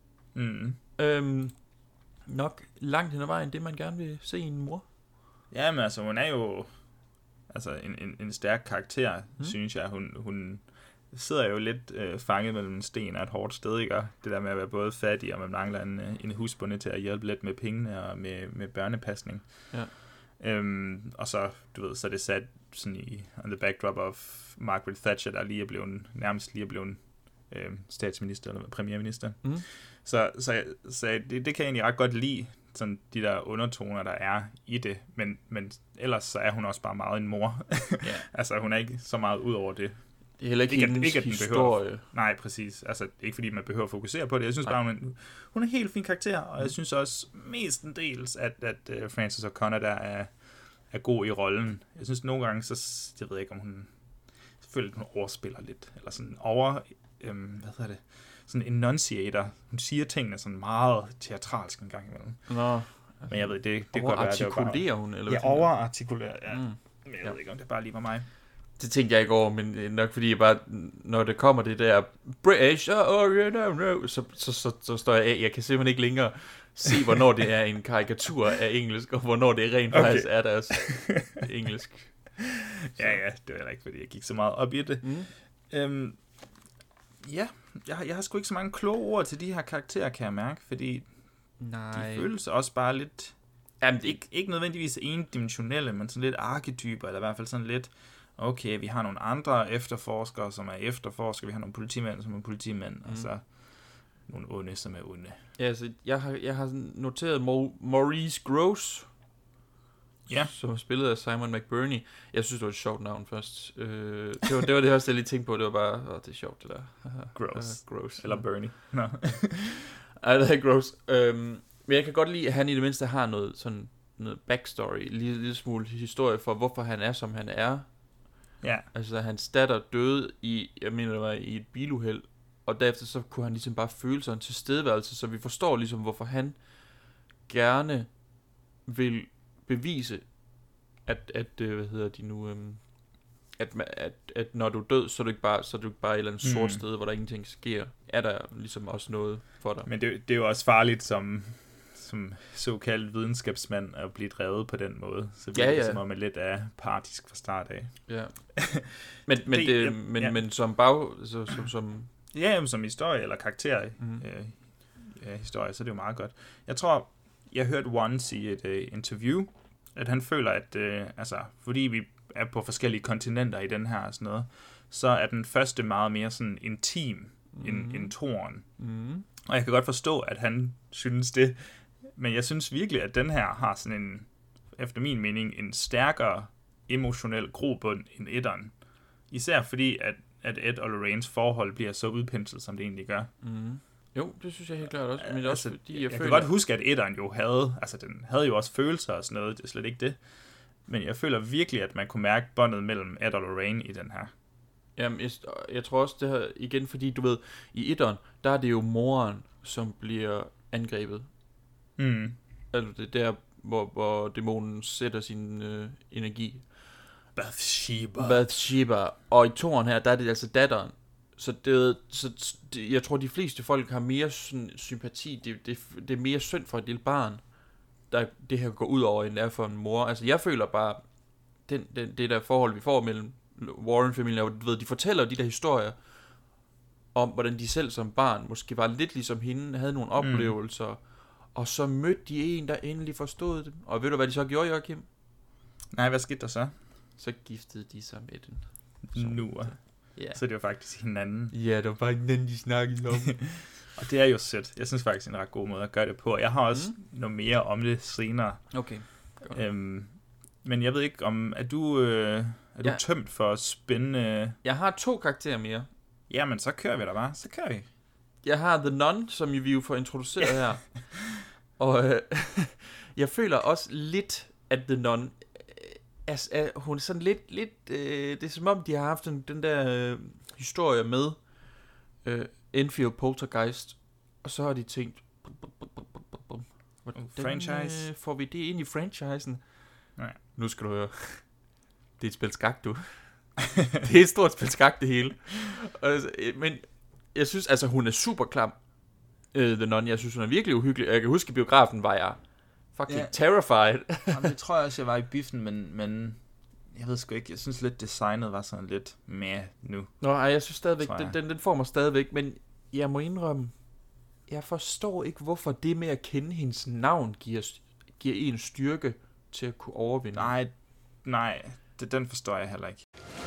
Nok langt hen ad vejen, det man gerne vil se i en mor. Ja, men altså, hun er jo altså en stærk karakter, synes jeg. Hun sidder jo lidt fanget mellem en sten og et hårdt sted, ikke? Det der med at være både fattig, og man mangler en husbonde til at hjælpe lidt med pengene og med børnepasning. Ja. Og så, du ved, så er det sat sådan i on the backdrop of Margaret Thatcher, der nærmest lige er blevet statsminister eller premierminister. Så det kan jeg egentlig ret godt lide, sådan de der undertoner, der er i det, men ellers så er hun også bare meget en mor. Altså, hun er ikke så meget ud over det. Det er heller ikke hendes historie. Nej, præcis. Altså, ikke fordi man behøver at fokusere på det. Jeg synes bare, hun er en helt fin karakter, og jeg synes også mestendels, at Frances O'Connor der er god i rollen. Jeg synes nogle gange, så jeg ved ikke, om hun selvfølgelig hun overspiller lidt, eller sådan sådan enunciator. Hun siger tingene sådan meget teatralsk en gang imellem. Nå. Men jeg ved, det kan godt være, det var bare... hun? Eller ja, overartikulerer, ja. Men jeg ved ikke, om det bare lige var mig. Det tænkte jeg ikke over, men nok fordi jeg bare, når det kommer det der British, så står jeg af. Jeg kan simpelthen ikke længere se, hvornår det er en karikatur af engelsk, og hvornår det rent faktisk er deres engelsk. Ja, det var ikke, fordi jeg gik så meget op i det. Jeg har sgu ikke så mange kloge ord til de her karakterer, kan jeg mærke, fordi de føles også bare lidt, ikke nødvendigvis endimensionelle, men sådan lidt arketyper, eller i hvert fald sådan lidt, okay, vi har nogle andre efterforskere, som er efterforskere, vi har nogle politimænd, som er politimænd, og så nogle onde, som er onde. Ja, altså, jeg har noteret Maurice Grosse, som er spillet af Simon McBurney. Jeg synes, det var et sjovt navn først. Det var det første, jeg lige tænkte på. Det var bare, det er sjovt, det der. Gross. Eller Bernie. No. Ej, det er Gross. Men jeg kan godt lide, at han i det mindste har noget backstory, lille smule historie for, hvorfor han er, som han er. Ja. Altså, hans datter døde i et biluheld, og derefter så kunne han ligesom bare føle sig en tilstedeværelse, så vi forstår ligesom, hvorfor han gerne vil bevise, at når du er død, så er du ikke bare et eller andet sort sted, hvor der ingenting sker. Er der ligesom også noget for dig? Men det er jo også farligt som såkaldt videnskabsmand at blive drevet på den måde. Så virker det som om, man lidt er partisk fra start af. Ja. Men som som historie eller karakter historie, så er det jo meget godt. Jeg tror, jeg hørte once i et interview, at han føler, at fordi vi er på forskellige kontinenter i den her og sådan noget, så er den første meget mere sådan intim end toren. Og jeg kan godt forstå, at han synes det, men jeg synes virkelig, at den her har sådan en, efter min mening, en stærkere emotionel grobund end etteren. Især fordi, at Ed og Lorraines forhold bliver så udpenslet, som det egentlig gør. Jo, det synes jeg helt klart også. Men også fordi jeg kan godt huske, at etteren jo havde, den havde jo også følelser og sådan noget, det er slet ikke det. Men jeg føler virkelig, at man kunne mærke båndet mellem Ed og Lorraine i den her. Jamen, jeg tror også, det her igen, fordi du ved, i etteren, der er det jo moren, som bliver angrebet. Altså det der, hvor dæmonen sætter sin energi. Bathsheba. Og i toren her, der er det altså datteren. Så jeg tror, de fleste folk har mere sådan, sympati. Det er mere synd for et lille barn, der det her går ud over, end det er for en mor. Altså, jeg føler bare, det der forhold, vi får mellem Warren-familien, og du ved, de fortæller de der historier om, hvordan de selv som barn måske var lidt ligesom hende, havde nogle oplevelser, og så mødte de en, der endelig forstod det. Og ved du, hvad de så gjorde, Joachim? Nej, hvad skete der så? Så giftede de sig med den. Ja. Så det var faktisk hinanden. Ja, det var bare hinanden, de snakkede om. Og det er jo sødt. Jeg synes faktisk, det er en ret god måde at gøre det på. Jeg har også noget mere om det senere. Okay. Men jeg ved ikke, om er du tømt for spændende... Jeg har 2 karakterer mere. Jamen, så kører vi da bare. Så kører vi. Jeg har The Nun, som vi jo får introduceret her. Og jeg føler også lidt, at The Nun... hun er sådan lidt det er som om, de har haft den der historie med Enfield Poltergeist, og så har de tænkt, franchise? Får vi det ind i franchisen? Nej. Nu skal du høre. Det er et spil skak, du. Det er et stort spil skak, det hele. Men jeg synes, altså hun er super klam, The Nun. Jeg synes, hun er virkelig uhyggelig. Jeg kan huske, i biografen var jeg fucking terrified. Jamen, det tror jeg også, jeg var i biffen, men jeg ved sgu ikke, jeg synes lidt, designet var sådan lidt mere nu. Nå, jeg synes stadigvæk, den får mig stadigvæk, men jeg må indrømme, jeg forstår ikke, hvorfor det med at kende hendes navn giver en styrke til at kunne overvinde. Nej, den forstår jeg heller ikke.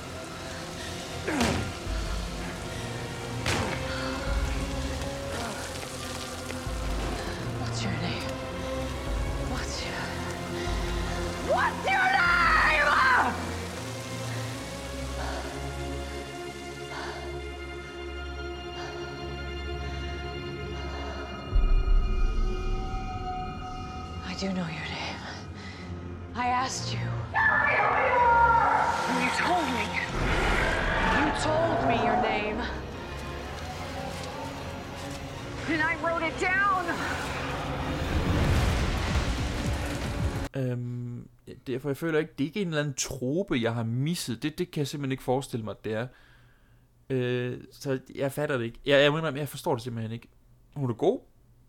What's your name? What's your name? I do know your name. I asked you. And you told me. You told me your name. And I wrote it down. Derfor jeg føler ikke, det er ikke en eller anden trope, jeg har misset. Det kan jeg simpelthen ikke forestille mig, at det er. Så jeg fatter det ikke. Jeg forstår det simpelthen ikke. Hun er god,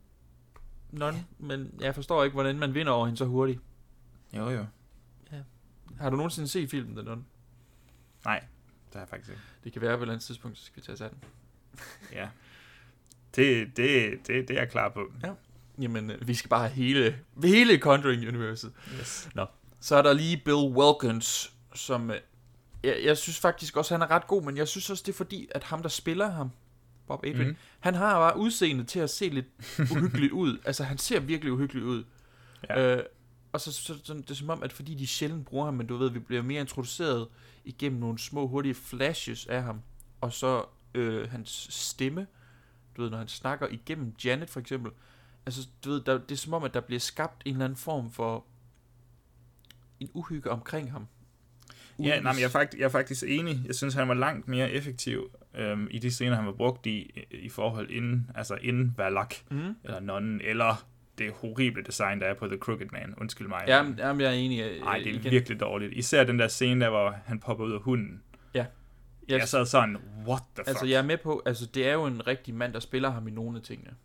men jeg forstår ikke, hvordan man vinder over hende så hurtigt. Jo. Ja. Har du nogensinde set filmen, The Nun? Nej, det har jeg faktisk ikke. Det kan være på et eller andet tidspunkt, så skal vi tage os af den. Ja. Det er jeg klar på. Ja. Jamen, vi skal bare have hele Conjuring-universet. Yes. Nå. Så er der lige Bill Wilkins, som... Jeg synes faktisk også, han er ret god, men jeg synes også, det er fordi, at ham, der spiller ham, Bob Adrian, han har bare udseende til at se lidt uhyggeligt ud. Altså, han ser virkelig uhyggelig ud. Ja. Og så det er som om, at fordi de sjældent bruger ham, men du ved, vi bliver mere introduceret igennem nogle små, hurtige flashes af ham. Og så hans stemme, du ved, når han snakker igennem Janet for eksempel. Altså, du ved, det er som om, at der bliver skabt en eller anden form for en uhygge omkring ham. Ja, nej, men jeg er faktisk enig. Jeg synes, han var langt mere effektiv i de scener, han var brugt i forhold inden Valak, eller Nonnen, eller det horrible design, der er på The Crooked Man. Undskyld mig. Jamen, jeg er enig. Nej, det er virkelig dårligt. Især den der scene, der hvor han popper ud af hunden. Ja. Jeg sad sådan, what the fuck? Altså, jeg er med på, altså, det er jo en rigtig mand, der spiller ham i nogle af tingene.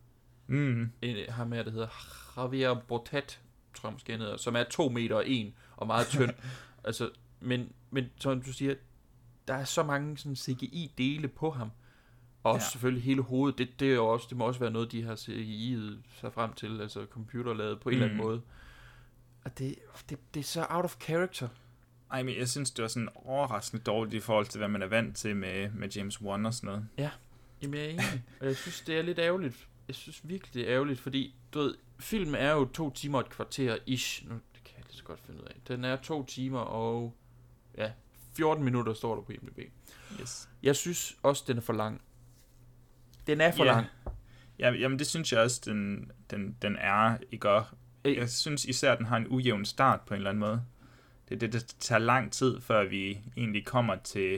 Ham her, der hedder Javier Botet, tror jeg måske han hedder, som er 2 meter og 1 og meget tynd. Altså, men som du siger, der er så mange sådan CGI-dele på ham. Og også selvfølgelig hele hovedet. Det må også være noget, de har CGI'et sig frem til, altså computerlavet på en eller anden måde. Og det er så out of character. Ej, men jeg synes, det var sådan overraskende dårligt i forhold til, hvad man er vant til med James Wan og sådan noget. Ja, jamen jeg er enig. Og jeg synes, det er lidt ærgerligt. Jeg synes virkelig, det er ærgerligt, fordi, du ved, filmen er jo 2 timer og et kvarter ish. Nu det kan jeg lige så godt finde ud af. Den er 2 timer og 14 minutter står der på IMDb. Yes. Jeg synes også, den er for lang. Den er for lang. Ja, jamen det synes jeg også, den er, ikke? Jeg synes især, den har en ujævn start på en eller anden måde. Det tager lang tid, før vi egentlig kommer til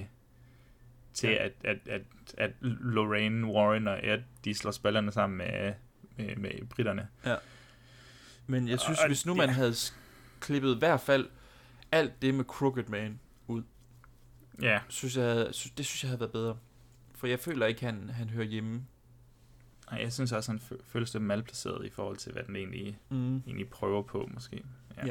at Lorraine Warren og Ed, de slår spillerne sammen med britterne. Ja. Men jeg synes, hvis nu man havde klippet i hvert fald alt det med Crooked Man ud, synes jeg havde været bedre. For jeg føler ikke, han hører hjemme. Nej, jeg synes også, han føles lidt malplaceret i forhold til, hvad den egentlig prøver på, måske. Ja.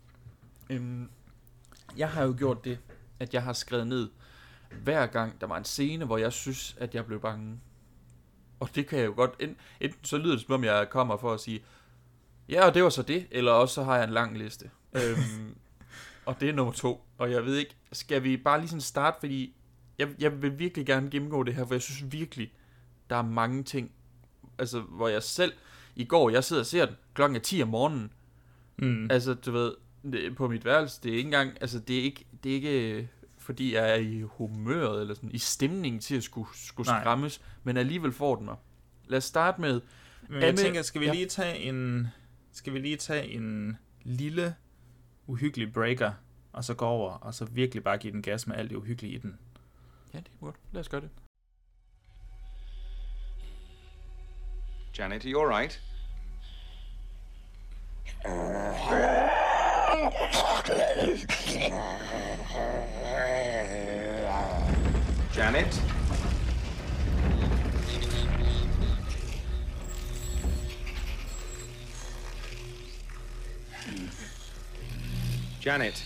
Jeg har jo gjort det, at jeg har skrevet ned, hver gang der var en scene, hvor jeg synes, at jeg blev bange. Og det kan jeg jo godt, enten så lyder det som om, jeg kommer for at sige, ja, og det var så det, eller også så har jeg en lang liste. Og det er nummer 2. Og jeg ved ikke, skal vi bare lige sådan starte, fordi jeg vil virkelig gerne gennemgå det her, for jeg synes virkelig, der er mange ting, altså hvor jeg selv, i går, jeg sidder og ser den, klokken er 10 om morgenen, altså du ved, på mit værelse, det er ikke engang, altså det er ikke fordi jeg er i humøret, eller sådan, i stemningen til at skulle skræmmes, men alligevel får den mig. Lad os starte med... Men jeg tænker, skal vi lige tage en lille, uhyggelig breaker, og så gå over, og så virkelig bare give den gas med alt det uhyggelige i den? Ja, det er godt. Lad os gøre det. Janet, are you all right? Janet? Janet?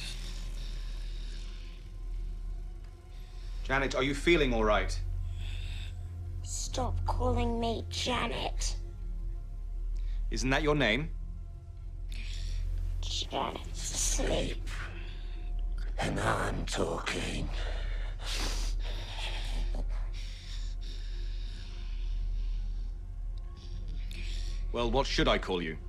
Janet, are you feeling all right? Stop calling me Janet. Isn't that your name? Janet's asleep. And I'm talking. Well, what should I call you?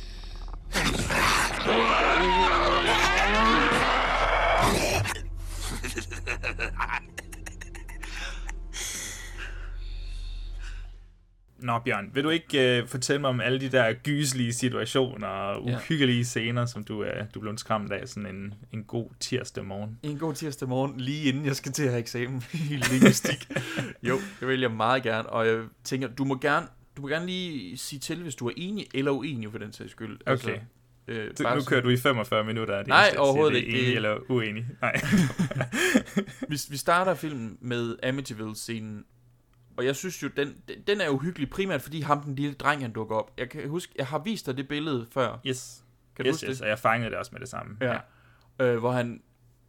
Nå, Bjørn, vil du ikke fortælle mig om alle de der gyselige situationer og uhyggelige scener, som du blev skræmt af sådan en god tirsdag morgen? En god tirsdag morgen, lige inden jeg skal til at have eksamen i linguistik. Jo, det vil jeg meget gerne, og jeg tænker, du må gerne lige sige til, hvis du er enig eller uenig for den sags skyld. Okay. Altså, nu kører du i 45 minutter. Nej, overhovedet ikke. Enig eller uenig? Nej. Vi starter filmen med Amityville-scenen, og jeg synes jo, den er uhyggelig primært, fordi ham, den lille dreng, han dukker op. Jeg kan huske, jeg har vist dig det billede før. Yes. Kan du huske det? Og jeg fangede det også med det samme. Ja. Hvor han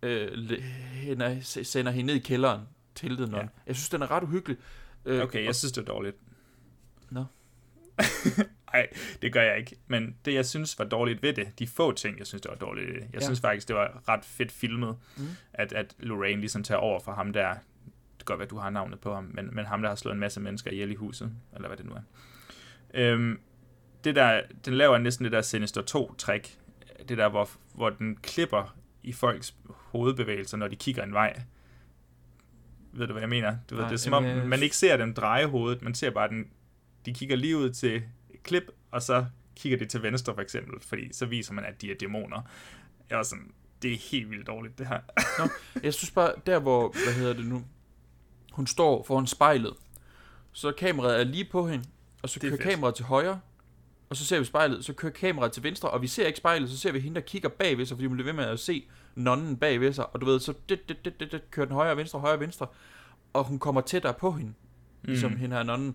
sender hende ned i kælderen, teltet nogen. Jeg synes, den er ret uhyggelig. Okay, jeg synes, det er dårligt. Nå. Nej, det gør jeg ikke. Men det, jeg synes var dårligt ved det, de få ting, jeg synes, det var dårligt ved det. Jeg synes faktisk, det var ret fedt filmet, at Lorraine ligesom tager over for ham der. Det kan godt være, du har navnet på ham, men ham, der har slået en masse mennesker ihjel i huset, eller hvad det nu er. Det der, den laver næsten det der Sinister 2-trick. Det der, hvor den klipper i folks hovedbevægelser, når de kigger en vej. Ved du, hvad jeg mener? Du ved, det er som om, man ikke ser dem dreje hovedet, man ser bare de kigger lige ud til klip, og så kigger de til venstre for eksempel, fordi så viser man, at de er dæmoner. Jeg var sådan, det er helt vildt dårligt, det her. Nå, jeg synes bare, der hvor, hun står foran spejlet, så kameraet er lige på hende, og så kører kameraet til højre, og så ser vi spejlet, så kører kameraet til venstre, og vi ser ikke spejlet, så ser vi hende, der kigger bagved sig, fordi hun bliver ved med at se nonnen bagved sig, og du ved, så kører den højre og venstre, og hun kommer tættere på hende, som hende her nonnen.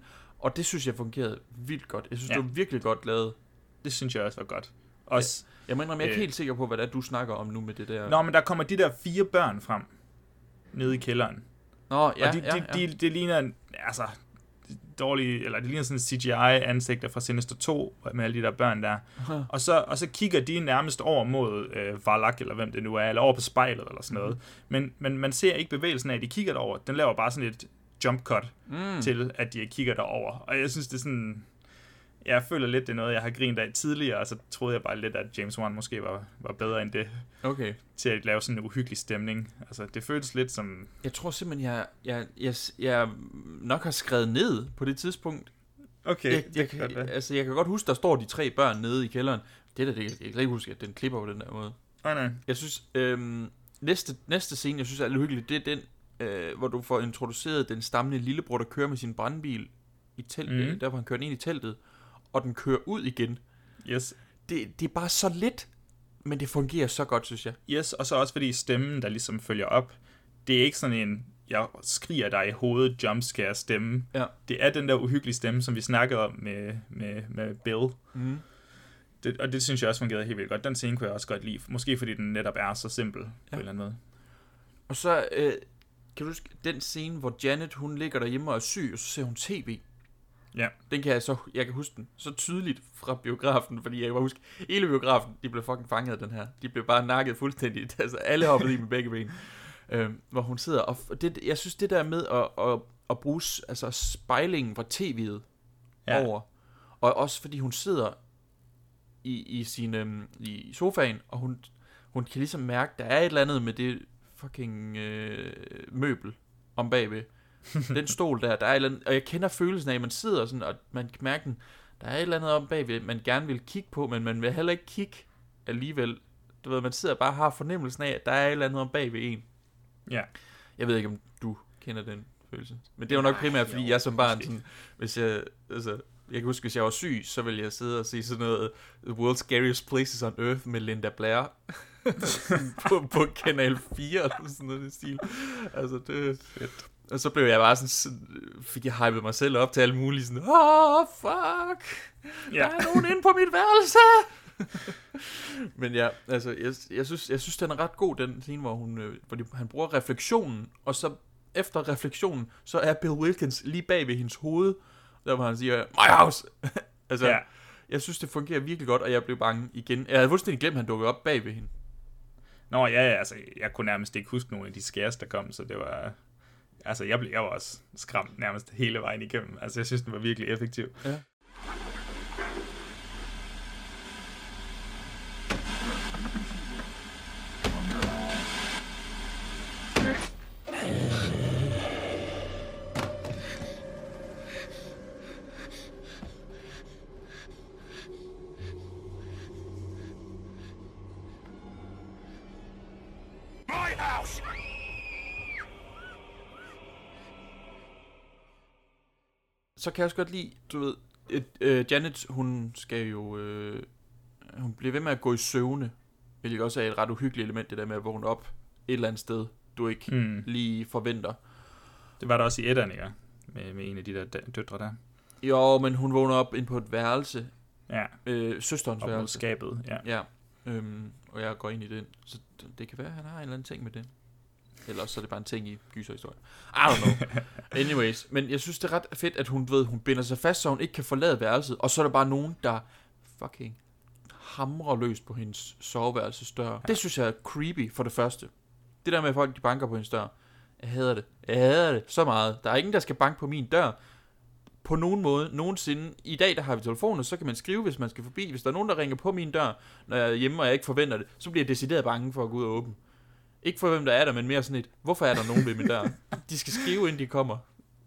Og det synes jeg fungerede vildt godt. Jeg synes, det var virkelig godt lavet. Det synes jeg også var godt. Også, jeg mener, jeg er ikke helt sikker på, hvad det er, du snakker om nu med det der. Nå, men der kommer de der 4 børn frem nede i kælderen. Nå, ja, og det ligner, altså, dårlige, eller det ligner sådan CGI-ansigter fra Sinister 2, med alle de der børn der. Og så kigger de nærmest over mod Varlak, eller hvem det nu er, eller over på spejlet, eller sådan noget. Men man ser ikke bevægelsen af, at de kigger derover. Den laver bare sådan et jump cut til, at de kigger derover. Og jeg synes, det er sådan... Jeg føler lidt, det er noget, jeg har grint af tidligere, og så troede jeg bare lidt, at James Wan måske var bedre end det. Okay. Til at lave sådan en uhyggelig stemning. Altså, det føles lidt som... Jeg tror simpelthen, jeg nok har skrevet ned på det tidspunkt. Okay. Jeg kan godt huske, der står de 3 børn nede i kælderen. Jeg kan ikke huske, at den klipper på den der måde. Nej. Jeg synes, næste scene, jeg synes er lidt hyggeligt, det er den, hvor du får introduceret den stammende lillebror, der kører med sin brandbil i teltet, der hvor han kører ind i teltet, og den kører ud igen. Yes. Det er bare så lidt, men det fungerer så godt, synes jeg. Yes, og så også fordi stemmen, der ligesom følger op, det er ikke sådan en, jeg skriger dig i hovedet, jumpscare stemme. Ja. Det er den der uhyggelige stemme, som vi snakkede om med Bill. Og det synes jeg også fungerede helt vildt godt. Den scene kunne jeg også godt lide. Måske fordi den netop er så simpel på en eller anden måde. Og så kan du huske den scene, hvor Janet, hun ligger derhjemme og er syg, og så ser hun tv. Ja. Den kan jeg kan huske den så tydeligt fra biografen, fordi jeg kan huske, hele biografen, de blev fucking fanget af den her. De blev bare nakket fuldstændigt. Altså, alle hoppede i med begge ben. Hvor hun sidder, og jeg synes det der med at bruge altså spejlingen fra tv'et over, og også fordi hun sidder i sofaen, og hun kan ligesom mærke, der er et eller andet med det fucking møbel om bagved. Den stol der er et eller andet, og jeg kender følelsen af, at man sidder sådan, og man kan mærke, der er et eller andet om bagved, man gerne vil kigge på, men man vil heller ikke kigge alligevel. Du ved, man sidder bare og har fornemmelsen af, at der er et eller andet om bagved en. Ja. Jeg ved ikke, om du kender den følelse. Men det er jo nok primært, fordi jeg som barn, sådan, hvis jeg kan huske, hvis jeg var syg, så ville jeg sidde og se sådan noget The World's Scariest Places on Earth med Linda Blair på Kanal 4 eller sådan noget stil. Altså, det er fedt. Og så blev jeg bare sådan, fik jeg hypet mig selv op til alle mulige sådan, fuck, der er nogen inde på mit værelse. Men ja, altså, jeg synes den er ret god, den scene, hvor han bruger refleksionen, og så efter refleksionen, så er Bill Wilkins lige bag ved hendes hoved, der hvor han siger, my house. Altså, jeg synes det fungerer virkelig godt, og jeg blev bange igen. Jeg havde fuldstændig glemt, at han dukkede op bag ved hende. Nå ja, altså, jeg kunne nærmest ikke huske nogle af de scares, der kom, så det var... Altså, jeg var også skræmt nærmest hele vejen igennem. Altså, jeg synes, den var virkelig effektiv. Ja. Så kan jeg også godt lide, du ved, Janet, hun skal jo, hun bliver ved med at gå i søvne, hvilket også er et ret uhyggeligt element, det der med at vågne op et eller andet sted, du ikke lige forventer. Det var der også i etterne, ja, med en af de der døtre der. Jo, men hun vågner op ind på et værelse. Ja. Søsterens op værelse. Skabet, ja. Ja. Og jeg går ind i den, så det kan være, at han har en eller anden ting med det. Ellers så er det bare en ting i gyserhistorien. I don't know. Anyways, men jeg synes, det er ret fedt, at hun binder sig fast, så hun ikke kan forlade værelset, og så er der bare nogen, der fucking hamrer løs på hendes soveværelsesdør. Ja. Det synes jeg er creepy, for det første. Det der med, at folk de banker på hendes dør. Jeg hader det så meget. Der er ingen, der skal banke på min dør på nogen måde, nogensinde. I dag, der har vi telefoner, så kan man skrive, hvis man skal forbi. Hvis der er nogen, der ringer på min dør, når jeg er hjemme, og jeg ikke forventer det, så bliver jeg decideret bange for at gå ud og åbne. Ikke for hvem der er der, men mere sådan et, hvorfor er der nogen ved min dør? De skal skrive, inden de kommer.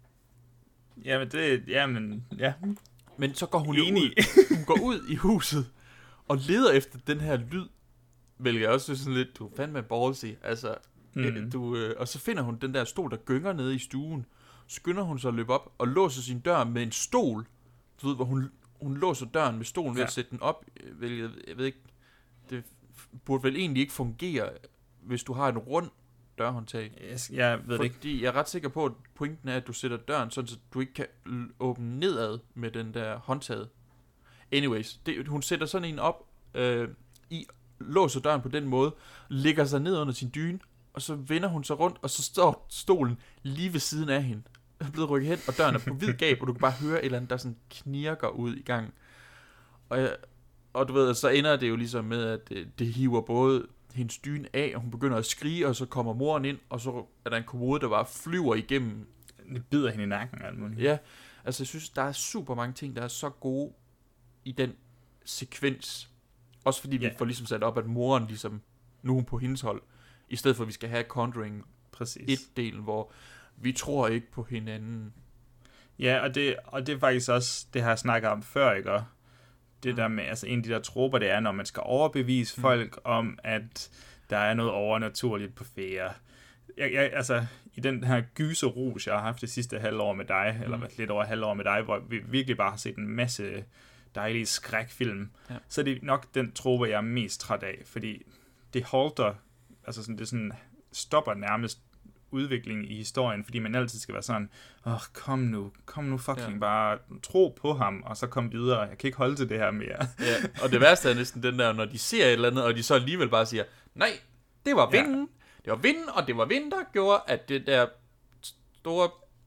Men så går hun jo ud. Hun går ud i huset, og leder efter den her lyd, hvilket jeg også synes sådan lidt, du er fandme ballsy. Altså, og så finder hun den der stol, der gynger nede i stuen. Skynder hun så at løbe op, og låser sin dør med en stol. Du ved, hvor hun låser døren med stolen ved at sætte den op, hvilket, jeg ved ikke, det burde vel egentlig ikke fungere, hvis du har en rund dørhåndtag. Yes, jeg ved det ikke. Fordi jeg er ret sikker på, at pointen er, at du sætter døren, sådan så du ikke kan åbne nedad med den der håndtaget. Anyways, hun sætter sådan en op, låser døren på den måde, lægger sig ned under sin dyne, og så vender hun sig rundt, og så står stolen lige ved siden af hende. Den er blevet rykket hen, og døren er på vid gab, og du kan bare høre et eller andet, der sådan knirker ud i gang. Og du ved, så ender det jo ligesom med, at det hiver både hendes dyne af, og hun begynder at skrige, og så kommer moren ind, og så er der en kommode, der bare flyver igennem. Det bider hende i nakken, alt muligt. Ja, altså jeg synes, der er super mange ting, der er så gode i den sekvens. Også fordi vi får ligesom sat op, at moren ligesom, nu er hun på hendes hold, i stedet for at vi skal have Conjuring 1-delen, hvor vi tror ikke på hinanden. Ja, og det er faktisk også, det har jeg snakket om før, ikke? Det der med, altså en af de der tropper, det er, når man skal overbevise folk om, at der er noget overnaturligt på færre. Altså, i den her gyserus, jeg har haft det sidste halvår med dig, eller lidt over halvår med dig, hvor vi virkelig bare har set en masse dejlige skrækfilm, så er det nok den trope, jeg er mest træt af, fordi det halter, altså sådan, det sådan stopper nærmest udviklingen i historien, fordi man altid skal være sådan, kom nu fucking bare tro på ham, og så kom videre, jeg kan ikke holde til det her mere. Ja, og det værste er næsten den der, når de ser et eller andet, og de så alligevel bare siger, nej, det var vinden, det var vinden, og det var vinden, der gjorde, at det der store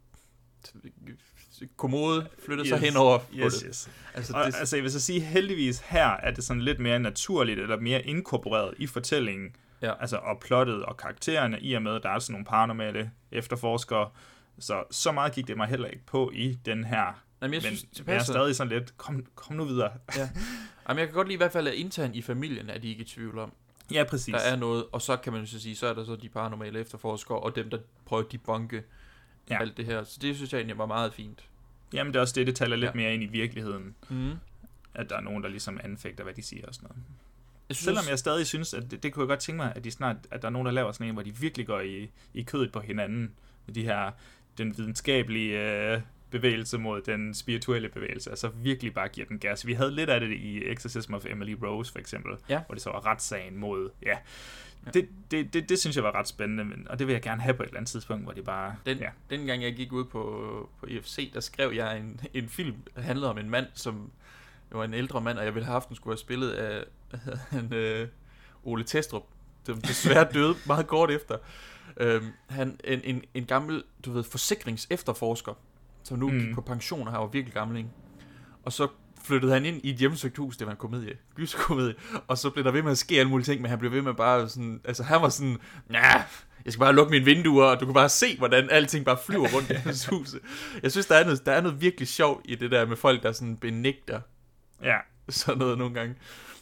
kommode flyttede sig henover på det. Yes. Altså jeg vil så sige, heldigvis her er det sådan lidt mere naturligt, eller mere inkorporeret i fortællingen, altså og plottet og karaktererne, i og med, at der er sådan nogle paranormale efterforskere, så meget gik det mig heller ikke på i den her. Jamen, jeg er stadig sådan lidt, kom nu videre. Ja. Jamen, jeg kan godt lide i hvert fald, at internt i familien er de ikke i tvivl om. Ja, præcis. Der er noget, og så kan man jo så sige, så er der så de paranormale efterforskere, og dem, der prøver at debunke alt det her. Så det synes jeg egentlig var meget fint. Jamen, det er også det taler lidt mere ind i virkeligheden. At der er nogen, der ligesom anfægter, hvad de siger og sådan noget. Selvom jeg stadig synes, at det kunne jeg godt tænke mig, at der er nogen, der laver sådan en, hvor de virkelig går i kødet på hinanden. Med den videnskabelige bevægelse mod den spirituelle bevægelse. Altså virkelig bare giver den gas. Vi havde lidt af det i Exorcism of Emily Rose, for eksempel. Hvor det så var retssagen mod... Ja. Det synes jeg var ret spændende, og det vil jeg gerne have på et eller andet tidspunkt, hvor det bare... Den gang jeg gik ud på EFC, der skrev jeg en film, der handlede om en mand, som var en ældre mand, og jeg ville have haft, den skulle have spillet af Ole Testrup, som desværre døde meget kort efter. Han en gammel, forsikringsefterforsker, som nu gik på pension, og han var virkelig gammel, ikke? Og så flyttede han ind i et hjemmesøgt hus, det var en komedie, gyserkomedie, og så blev der ved med at ske alle mulige ting, men han blev ved med bare sådan, altså han var sådan, jeg skal bare lukke mine vinduer, og du kan bare se, hvordan alting bare flyver rundt i hans hus. Jeg synes, der er noget virkelig sjovt i det der med folk, der sådan benægter sådan noget nogle gange.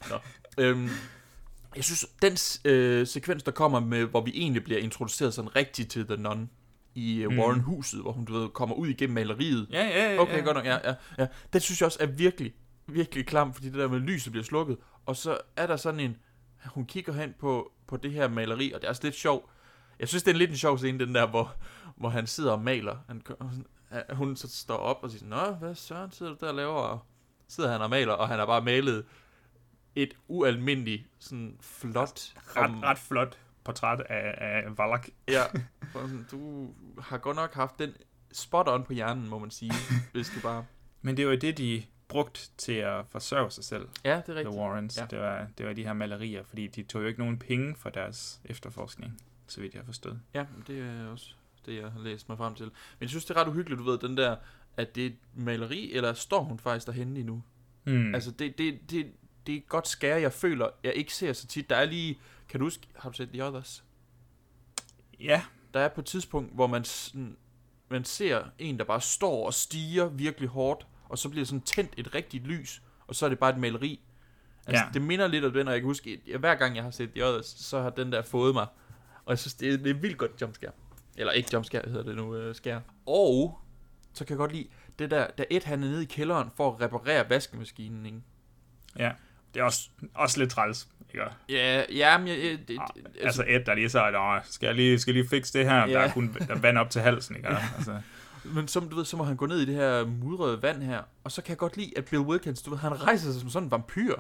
Jeg synes, den sekvens, der kommer med, hvor vi egentlig bliver introduceret sådan rigtigt til The Nun i Warren-huset, hvor hun, kommer ud igennem maleriet. Okay, godt nok, ja. Den synes jeg også er virkelig, virkelig klam, fordi det der med lyset bliver slukket. Og så er der sådan hun kigger hen på det her maleri, og det er også lidt sjovt. Jeg synes, det er lidt en sjov scene, den der, hvor han sidder og maler. Hun så står op og siger, nå, hvad søren sidder du der og laver? Og sidder han og maler, og han har bare malet et ualmindeligt, sådan flot... Ret flot portræt af Wallach. Ja, du har godt nok haft den spot on på hjernen, må man sige, hvis du bare... Men det var jo det, de brugt til at forsørge sig selv. Ja, det er rigtigt. The Warrens. Ja. Det var de her malerier, fordi de tog jo ikke nogen penge for deres efterforskning, så vidt jeg har forstået. Ja, det er også det, jeg har læst mig frem til. Men jeg synes, det er ret uhyggeligt, du ved, den der, at det er et maleri, eller står hun faktisk derhenne endnu? Altså, det er et godt skære, jeg føler, jeg ikke ser så tit. Der er lige, kan du huske, har du set The Others? Ja. Der er på et tidspunkt, hvor man ser en, der bare står og stiger virkelig hårdt, og så bliver sådan tændt et rigtigt lys, og så er det bare et maleri. Altså, det minder lidt om den, og jeg kan huske, hver gang jeg har set The Others, så har den der fået mig. Og jeg synes, det er vildt godt jumpscare. Eller ikke jumpscare, hedder det nu, skære. Og så kan jeg godt lide det der, da han er nede i kælderen for at reparere vaskemaskinen, ikke? Ja, det er også lidt træls, ikke? Ja, men altså Ed, der lige så, skal jeg lige fikse det her, der er kun vand op til halsen, ikke? Altså. Men som du ved, så må han gå ned i det her mudrede vand her, og så kan jeg godt lide, at Bill Wilkins, du ved, han rejser sig som sådan en vampyr.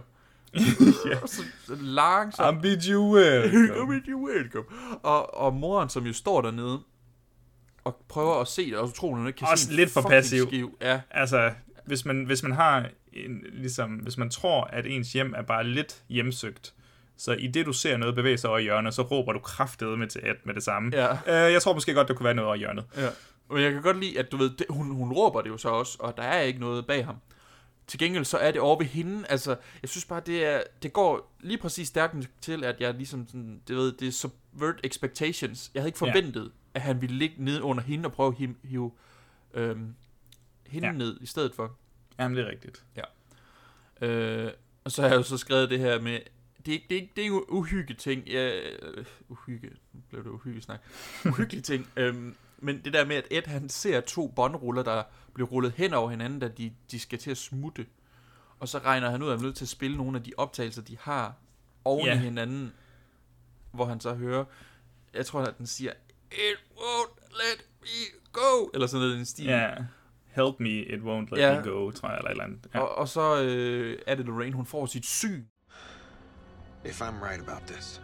Så langsomt. I bid you welcome. I bid you welcome. Og moren, som jo står dernede, og prøver at se det, og så tror hun ikke kan også se lidt for passiv. Skiv. Ja. Altså, hvis man har hvis man tror, at ens hjem er bare lidt hjemsøgt, så i det du ser noget bevæge sig over hjørnet, så råber du kraftedeme til Ed med det samme. Ja. Jeg tror måske godt, der kunne være noget over hjørnet. Ja. Men jeg kan godt lide, at du ved, hun råber det jo så også, og der er ikke noget bag ham. Til gengæld så er det over ved hende, altså, jeg synes bare, det går lige præcis stærkt til, at jeg ligesom sådan, det er subvert expectations. Jeg havde ikke forventet, at han ville ligge ned under hende og prøve at hive hende ned i stedet for. Jamen, det er rigtigt. Ja. Og så har jeg jo så skrevet det her med, det er ikke en uhygge ting. Nu blev det uhyggesnak. Uhyggelig ting. Men det der med, at Ed han ser 2 båndruller, der bliver rullet hen over hinanden, da de skal til at smutte. Og så regner han ud af, at han er nødt til at spille nogle af de optagelser, de har oven i hinanden, hvor han så hører, jeg tror, at den siger, It won't let me go, eller sådan noget i den stil. Ja, help me, it won't let me go, tror jeg, eller et eller andet. Ja. Og så er det Lorraine, hun får sit syn. If I'm right about this.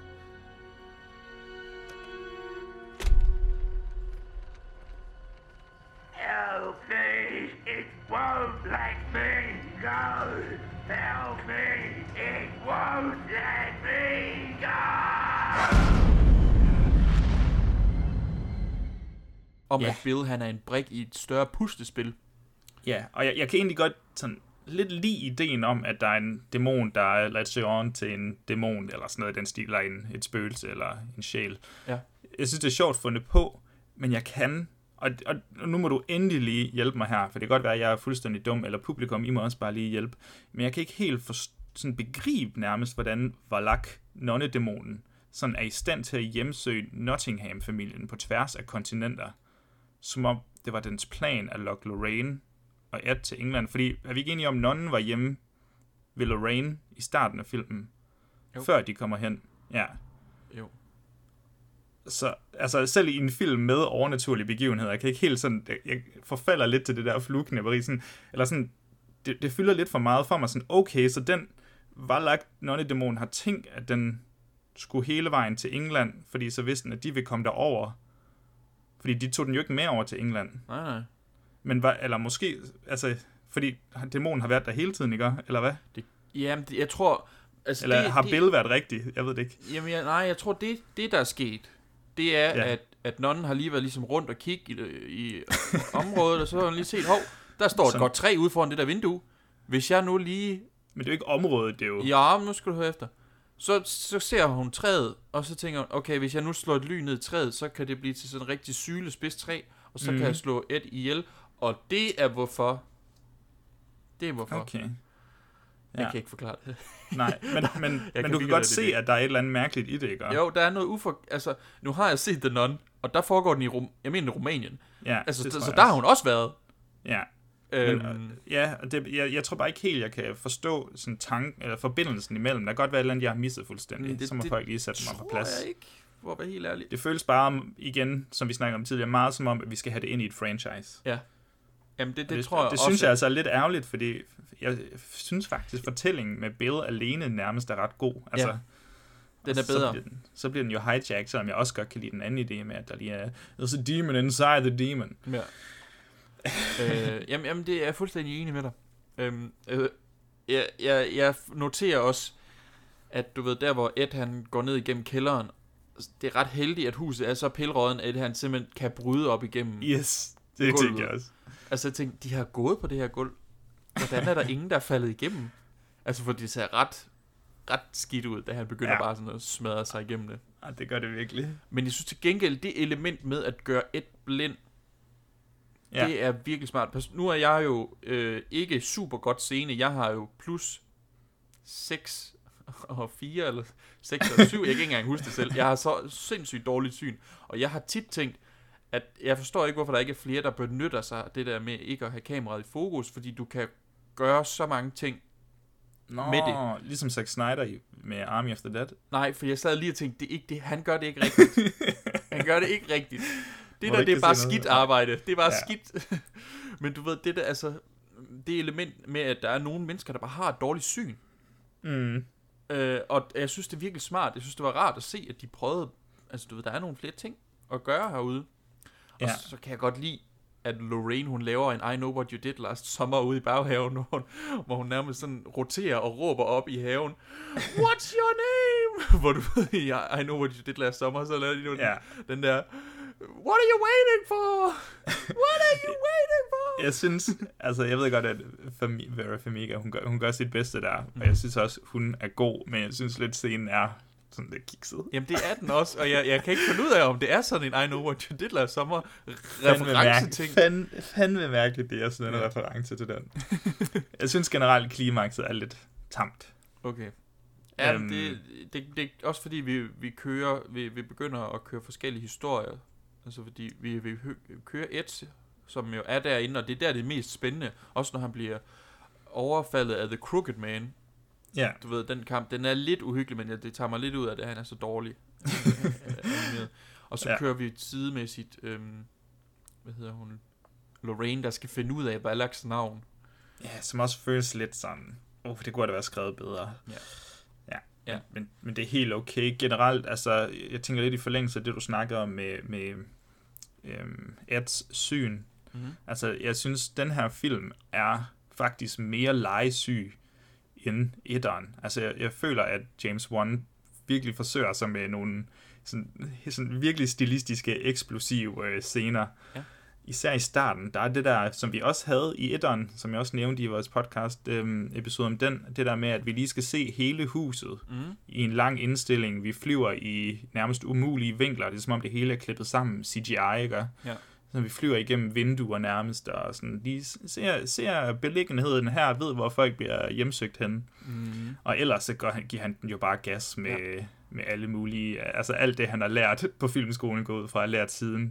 Help me, it won't let me go. Help me, it won't let me go. Om at Bill, han er en brik i et større puslespil. Ja, og jeg kan egentlig godt sådan lidt lide ideen om, at der er en dæmon, der er ladt sig on til en dæmon, eller sådan noget i den stil, eller et spøgelse, eller en sjæl. Ja. Jeg synes, det er sjovt fundet på, men jeg kan, og nu må du endelig lige hjælpe mig her, for det kan godt være, at jeg er fuldstændig dum, eller publikum, I må også bare lige hjælpe, men jeg kan ikke helt sådan begribe nærmest, hvordan Valak, nonnedæmonen, sådan er i stand til at hjemsøge Nottingham-familien på tværs af kontinenter, som om det var dens plan at lokke Lorraine og Ed til England, fordi er vi ikke enige om, nonnen var hjemme ved Lorraine i starten af filmen, før de kommer hen? Ja. Jo. Så altså, selv i en film med overnaturlige begivenheder, jeg kan ikke helt sådan, jeg forfalder lidt til det der flueknæpperi, sådan, eller sådan, det fylder lidt for meget for mig, sådan, okay, så den Valak nonnedæmon har tænkt, at den skulle hele vejen til England, fordi så vidste den, at de vil komme derover. Fordi de tog den jo ikke med over til England. Nej. Men eller måske, altså, fordi dæmonen har været der hele tiden, ikke? Eller hvad? Jeg tror... Altså eller har Bill været rigtig? Jeg ved det ikke. Jamen, jeg tror, det der er sket, det er, at nonnen har lige været ligesom rundt og kigge i området, og så har han lige set, der står et godt træ ude foran det der vindue. Hvis jeg nu lige... Men det er jo ikke området, det er jo... Ja, nu skal du høre efter. Så ser hun træet, og så tænker hun, okay, hvis jeg nu slår et lyn ned i træet, så kan det blive til sådan en rigtig sylespids træ, og så kan jeg slå Ed ihjel. Og det er hvorfor. Okay. Jeg kan ikke forklare det. Nej, men du kan godt se, at der er et eller andet mærkeligt i det, ikke? Jo, der er noget altså, nu har jeg set The Nun, og der foregår den i Rumænien. Ja, altså, så der har hun også været. Ja. Jeg tror bare ikke helt, jeg kan forstå sådan tanken, eller forbindelsen imellem. Der kan godt være et eller andet, jeg har misset fuldstændig. Så må folk lige sætte mig på plads. Det tror jeg ikke, for at være helt ærlig. Det føles bare, igen, som vi snakkede om tidligere, meget som om, at vi skal have det ind i et franchise. Ja. Jamen, det tror jeg det også. synes jeg altså er lidt ærgerligt, fordi jeg synes faktisk, fortællingen med Bill alene nærmest er ret god. Altså, ja. Den er bedre. Så bliver den jo hijacked, selvom jeg også godt kan lide den anden idé med, at der lige er there's a demon inside the demon. Ja. Jamen, det er jeg fuldstændig enig med dig. Jeg noterer også, at du ved, der hvor Ed han går ned igennem kælderen, det er ret heldigt, at huset er så pilråden, at han simpelthen kan bryde op igennem yes, det tænker jeg også. Altså jeg tænkte, de har gået på det her gulv. Hvordan er der ingen, der er faldet igennem? Altså for det ser ret skidt ud, da han begynder bare sådan at smadre sig igennem det. Ja, det gør det virkelig. Men jeg synes til gengæld, det element med at gøre Ed blind, det er virkelig smart. Nu er jeg jo ikke super godt seende. Jeg har jo plus 6 og 4 eller 6 og 7. Jeg kan ikke engang huske det selv. Jeg har så sindssygt dårligt syn. Og jeg har tit tænkt, at jeg forstår ikke, hvorfor der ikke er flere, der benytter sig af det der med ikke at have kameraet i fokus, fordi du kan gøre så mange ting med det. Ligesom Zack Snyder med Army of the Dead. Nej, for jeg sad lige og tænkte, det er ikke det. Han gør det ikke rigtigt. Han gør det ikke rigtigt. Det der, det er bare skidt arbejde. Det er bare skidt. Men du ved, det der, altså, det element med, at der er nogle mennesker, der bare har et dårligt syn. Og jeg synes, det er virkelig smart. Jeg synes, det var rart at se, at de prøvede... Altså, du ved, der er nogle flere ting at gøre herude. Og så kan jeg godt lide, at Lorraine, hun laver en I Know What You Did Last Summer ude i baghaven, hvor hun nærmest sådan roterer og råber op i haven, What's your name? Hvor du ved, I Know What You Did Last Summer, så laver de nu den der, What are you waiting for? What are you waiting for? Jeg synes, altså jeg ved godt, at Vera Farmiga, hun gør sit bedste der, og jeg synes også, hun er god, men jeg synes lidt, scenen er sådan lidt kikset. Jamen det er den også, og jeg kan ikke finde ud af, om det er sådan en I Know What You Did Last Summer reference-ting. Fandme mærkeligt, det er sådan en reference til den. Jeg synes generelt, klimakset er lidt tamt. Okay. Ja, det er også fordi, vi begynder at køre forskellige historier. Altså fordi vi kører et, som jo er derinde, og det er der, det er mest spændende. Også når han bliver overfaldet af The Crooked Man. Ja. Du ved, den kamp, den er lidt uhyggelig, men det tager mig lidt ud af det, han er så dårlig. Og så kører vi sidemæssigt, hvad hedder hun, Lorraine, der skal finde ud af Balaks navn. Ja, som også føles lidt sådan, det kunne da være skrevet bedre. Ja. Men det er helt okay. Generelt, altså, jeg tænker lidt i forlængelse af det, du snakker om med Eds syn. Mm-hmm. Altså, jeg synes, den her film er faktisk mere legesyg end etteren. Altså, jeg føler, at James Wan virkelig forsøger sig med nogle sådan virkelig stilistiske, eksplosive scener. Ja. Især i starten, der er det der, som vi også havde i etteren, som jeg også nævnte i vores podcast episode om den, det der med, at vi lige skal se hele huset i en lang indstilling. Vi flyver i nærmest umulige vinkler. Det er som om det hele er klippet sammen, CGI, ikke? Ja. Så vi flyver igennem vinduer nærmest, og sådan lige ser beliggenheden her, ved hvor folk bliver hjemsøgt henne. Og ellers så giver han den jo bare gas med alle mulige, altså alt det han har lært på filmskolen, går ud fra at lært siden,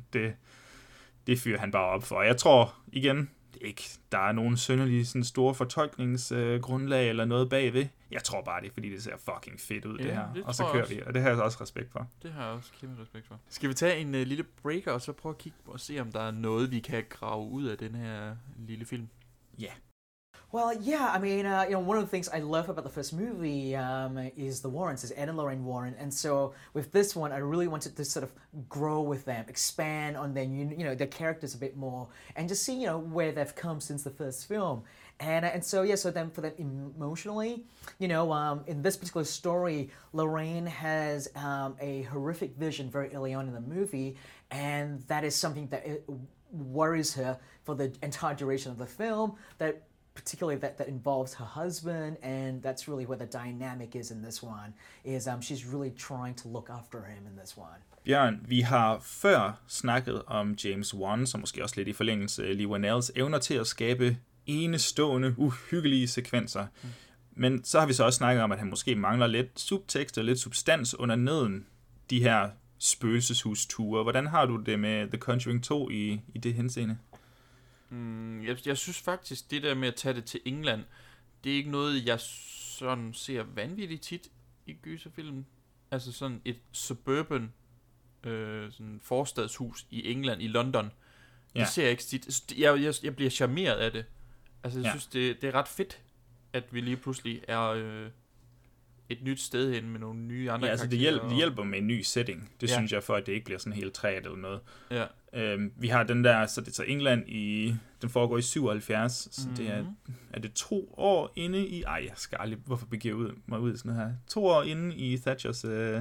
det fyrer han bare op for. Jeg tror, igen, der er nogen synderlige sådan store fortolkningsgrundlag eller noget bagved. Jeg tror bare, det er, fordi det ser fucking fedt ud, det her. Og så kører vi, og det har jeg også respekt for. Det har jeg også kæmpe respekt for. Skal vi tage en lille breaker, og så prøve at kigge på og se, om der er noget, vi kan grave ud af den her lille film? Ja. Yeah. Well, yeah, I mean, one of the things I love about the first movie is the Warrens, is Ed and Lorraine Warren, and so with this one, I really wanted to sort of grow with them, expand on them, their characters a bit more, and just see, where they've come since the first film. And so then for them emotionally, in this particular story, Lorraine has a horrific vision very early on in the movie, and that is something that worries her for the entire duration of the film, particularly that involves her husband, and that's really where the dynamic is in this one, is she's really trying to look after him in this one. Bjørn, vi har før snakket om James Wan, som måske også lidt i forlængelse af Leigh Whannells evner til at skabe enestående, uhyggelige sekvenser. Men så har vi så også snakket om, at han måske mangler lidt subtekst og lidt substans under neden de her spøgelseshusture. Hvordan har du det med The Conjuring 2 i det henseende? Jeg synes faktisk, det der med at tage det til England, det er ikke noget, jeg sådan ser vanvittigt tit i gyserfilmen. Altså sådan et suburban sådan forstadshus i England, i London. Det ser jeg ikke tit. Jeg bliver charmeret af det. Altså jeg synes, det er ret fedt, at vi lige pludselig er et nyt sted hen med nogle nye andre karakterer. Altså det hjælper med en ny setting. Det synes jeg, for at det ikke bliver sådan helt træt eller noget. Vi har den der, så det er så England den foregår i 77, så det er det 2 år inde i, jeg skal aldrig, hvorfor begiver jeg mig ud i sådan her, 2 år inde i Thatchers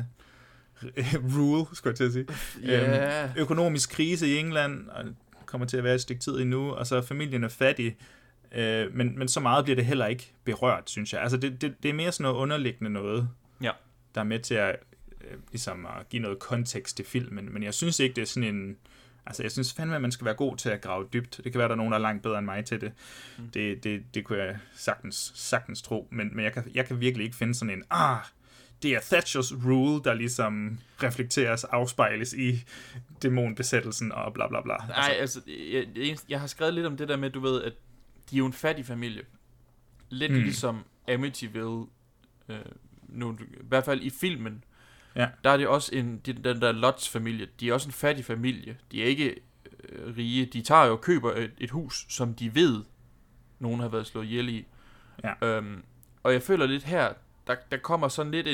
rule, skulle jeg til at sige. Økonomisk krise i England, og kommer til at være et stykke tid endnu, og så familien er fattig, men så meget bliver det heller ikke berørt, synes jeg. Altså det er mere sådan noget underliggende noget, der er med til at ligesom at give noget kontekst til filmen, men jeg synes ikke, det er sådan en... Altså, jeg synes fandme, at man skal være god til at grave dybt. Det kan være, der er nogen, der er langt bedre end mig til det. Det kunne jeg sagtens tro, men jeg kan virkelig ikke finde sådan en... det er Thatchers rule, der ligesom reflekteres, afspejles i dæmonbesættelsen og bla bla bla. Nej, altså jeg har skrevet lidt om det der med, du ved, at de er jo en fattig familie. Lidt ligesom Amityville, nu, i hvert fald i filmen. Der er det også den der Lutz familie. De er også en fattig familie. De er ikke rige. De tager jo og køber et hus, som de ved, nogen har været slået ihjel i. Og jeg føler lidt her, der kommer sådan lidt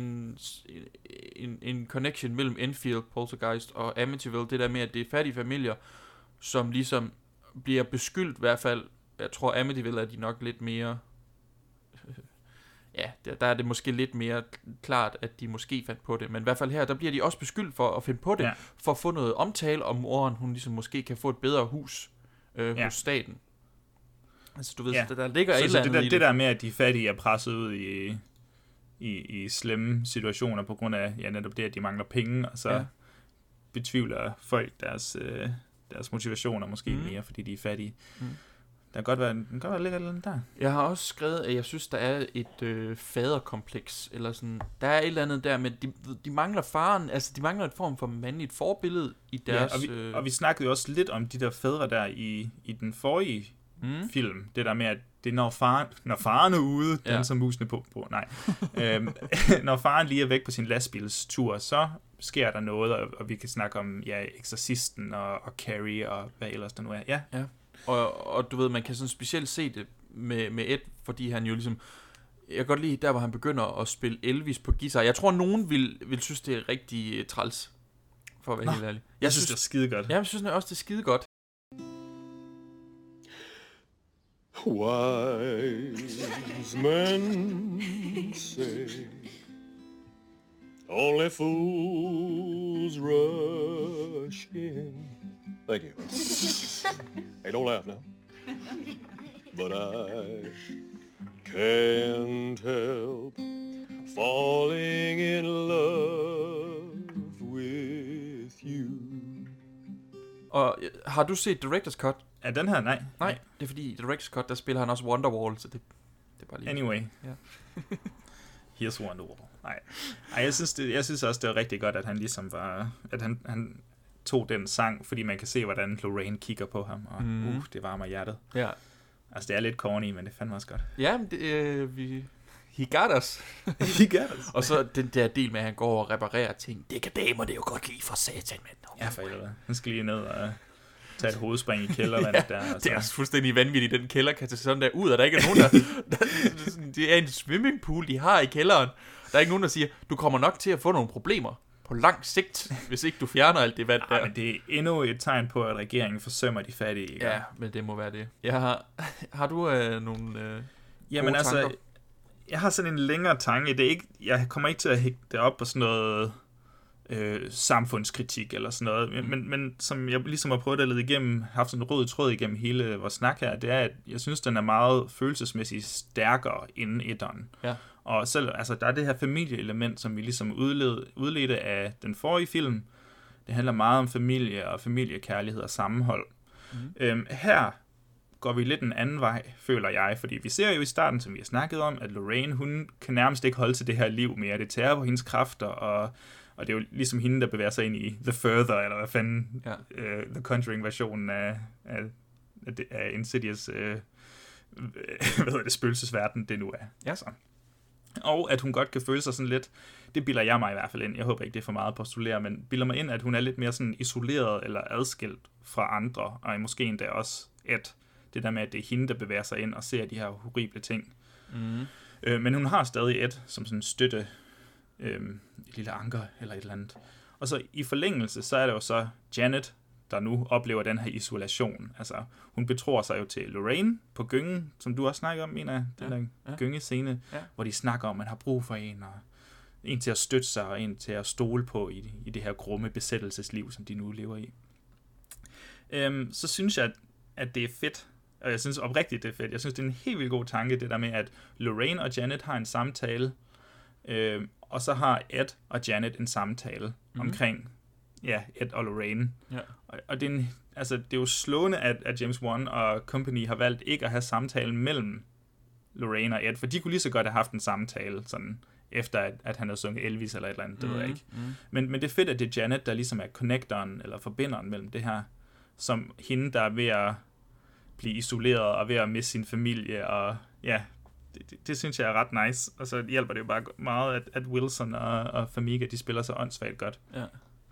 en connection mellem Enfield, Poltergeist og Amityville, det der med, at det er fattige familier, som ligesom bliver beskyldt i hvert fald. Jeg tror, Amityville er de nok lidt mere... Ja, der er det måske lidt mere klart, at de måske fandt på det. Men i hvert fald her, der bliver de også beskyldt for at finde på det, for at få noget omtale om moren, hun ligesom måske kan få et bedre hus hos staten. Altså, du ved, der ligger et eller andet det der med, at de fattige er presset ud i slemme situationer på grund af netop det, at de mangler penge, og så betvivler folk deres motivationer måske mere, fordi de er fattige. Der kan godt være lidt eller andet der. Jeg har også skrevet, at jeg synes, der er et faderkompleks, eller sådan, der er et eller andet der med, de mangler faren, altså de mangler et form for mandligt forbillede i deres... Ja, og vi snakkede jo også lidt om de der fædre der i den forrige film, det der med, at det er, når faren er ude, danser musene på. Nej. Når faren lige er væk på sin lastbilstur, så sker der noget, og vi kan snakke om Exorcisten og Carrie og hvad ellers der nu er. Ja. Og du ved, man kan sådan specielt se det med Ed, fordi han jo ligesom... Jeg kan godt lide der, hvor han begynder at spille Elvis på guitar. Jeg tror, nogen vil synes, det er rigtig træls, for at være helt ærlig. Jeg synes, det er skide godt. Ja, jeg synes også, det er skide godt. Wise men say only fools rush in. Thank you. Hey, don't laugh now. But I can't help falling in love with you. Og har du set Director's Cut? Ja, den her, nej. Nej, det er fordi i Director's Cut, der spiller han også Wonderwall, så det er bare lige... Anyway. Ja. Here's Wonderwall. Nej, jeg synes også, det er rigtig godt, at han ligesom var... At han tog den sang, fordi man kan se, hvordan Lorraine kigger på ham, og det varmer hjertet. Ja. Altså, det er lidt corny, men det er fandme også godt. Ja, he got us. He got us. Og så den der del med, at han går og reparerer ting. Det kan damer det jo godt lide for satan, mand. Ja, for helvede. Han skal lige ned og tage et hovedspring i kældervandet der. Det er også fuldstændig vanvittigt, den kælder kan tage sådan der ud, og der ikke er nogen, der det er en swimmingpool, de har i kælderen. Der er ikke nogen, der siger, du kommer nok til at få nogle problemer på lang sigt, hvis ikke du fjerner alt det vand der. Men det er endnu et tegn på, at regeringen forsømmer de fattige. Ikke? Ja, men det må være det. Har du nogle Jamen altså, tanker? Jeg har sådan en længere tanke. Det er ikke, jeg kommer ikke til at hægte det op på sådan noget samfundskritik eller sådan noget, men som jeg ligesom har prøvet at lede igennem, haft sådan en rød tråd igennem hele vores snak her, det er, at jeg synes, den er meget følelsesmæssigt stærkere end etteren. Ja. Og selv, altså, der er det her familieelement, som vi ligesom udledte af den forrige film. Det handler meget om familie og familiekærlighed og sammenhold. Her går vi lidt en anden vej, føler jeg, fordi vi ser jo i starten, som vi har snakket om, at Lorraine, hun kan nærmest ikke holde til det her liv mere. Det tærer på hendes kræfter, og det er jo ligesom hende, der bevæger sig ind i The Further, eller hvad fanden, The Conjuring-versionen af Insidious, spøgelsesverden, det nu er. Ja. Så. Og at hun godt kan føle sig sådan lidt, det bilder jeg mig i hvert fald ind, jeg håber ikke, det er for meget at postulere, men bilder mig ind, at hun er lidt mere sådan isoleret eller adskilt fra andre, og måske endda også det der med, at det er hende, der bevæger sig ind og ser de her horrible ting. Men hun har stadig Ed som sådan støtte, et lille anker eller et eller andet. Og så i forlængelse, så er det jo så Janet, der nu oplever den her isolation. Altså, hun betror sig jo til Lorraine på gyngen, som du også snakker om, mener jeg, den der gyngescene, hvor de snakker om, at man har brug for en til at støtte sig, og en til at stole på i det her grumme besættelsesliv, som de nu lever i. Så synes jeg, at det er fedt, og jeg synes oprigtigt, det er fedt. Jeg synes, det er en helt vildt god tanke, det der med, at Lorraine og Janet har en samtale, og så har Ed og Janet en samtale omkring Ed og Lorraine. Ja. Og det er jo slående, at James Wan og company har valgt ikke at have samtalen mellem Lorraine og Ed, for de kunne lige så godt have haft en samtale, sådan, efter at han havde sunget Elvis eller et eller andet, det ved jeg ikke. Men det er fedt, at det er Janet, der ligesom er connectoren, eller forbinderen mellem det her, som hende, der er ved at blive isoleret og ved at miste sin familie, og ja, det synes jeg er ret nice, og så hjælper det jo bare meget, at Wilson og Farmiga, de spiller så åndssvagt godt. Ja.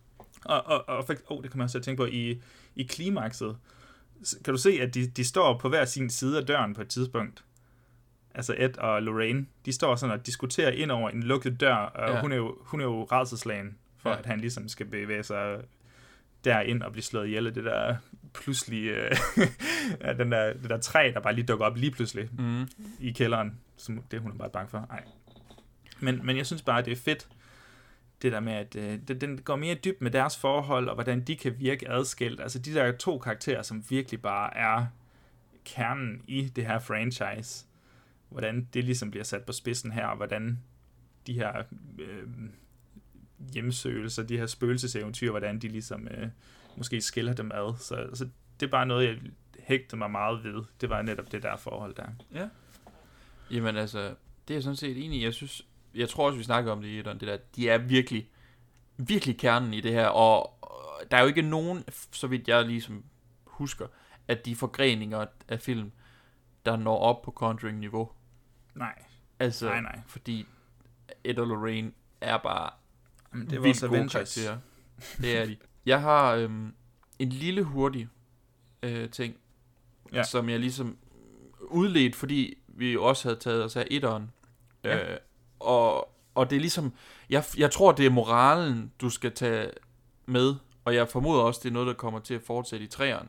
Og det kan man også tænke på, i klimakset, kan du se, at de står på hver sin side af døren på et tidspunkt. altså Ed og Lorraine, de står sådan og diskuterer ind over en lukket dør, og hun er jo rædselslagen for, at han ligesom skal bevæge sig derind og blive slået ihjel af det der pludselig, det der træ, der bare lige dukker op lige pludselig i kælderen, som det hun er bare bange for. Nej. Men jeg synes bare, at det er fedt, det der med, at den går mere dybt med deres forhold, og hvordan de kan virke adskilt. Altså de der 2 karakterer, som virkelig bare er kernen i det her franchise. Hvordan det ligesom bliver sat på spidsen her, og hvordan de her hjemsøgelser, de her spøgelseseventyr, hvordan de ligesom måske skiller dem ad. Så det er bare noget, jeg hægtede mig meget ved. Det var netop det der forhold der. Ja. Jamen altså, det er jeg sådan set enig i. Jeg tror også, vi snakker om det i det der. De er virkelig, virkelig kernen i det her, og der er jo ikke nogen, så vidt jeg ligesom husker, at de forgreninger af film, der når op på Conjuring-niveau. Nej. Altså, nej. Fordi Ed og Lorraine er bare det var vildt så gode karakterer. Det er de. Jeg har en lille hurtig ting, som jeg ligesom udledt, fordi vi jo også havde taget os af etteren. Ja. Og det er ligesom, jeg tror, det er moralen, du skal tage med, og jeg formoder også, det er noget, der kommer til at fortsætte i treeren.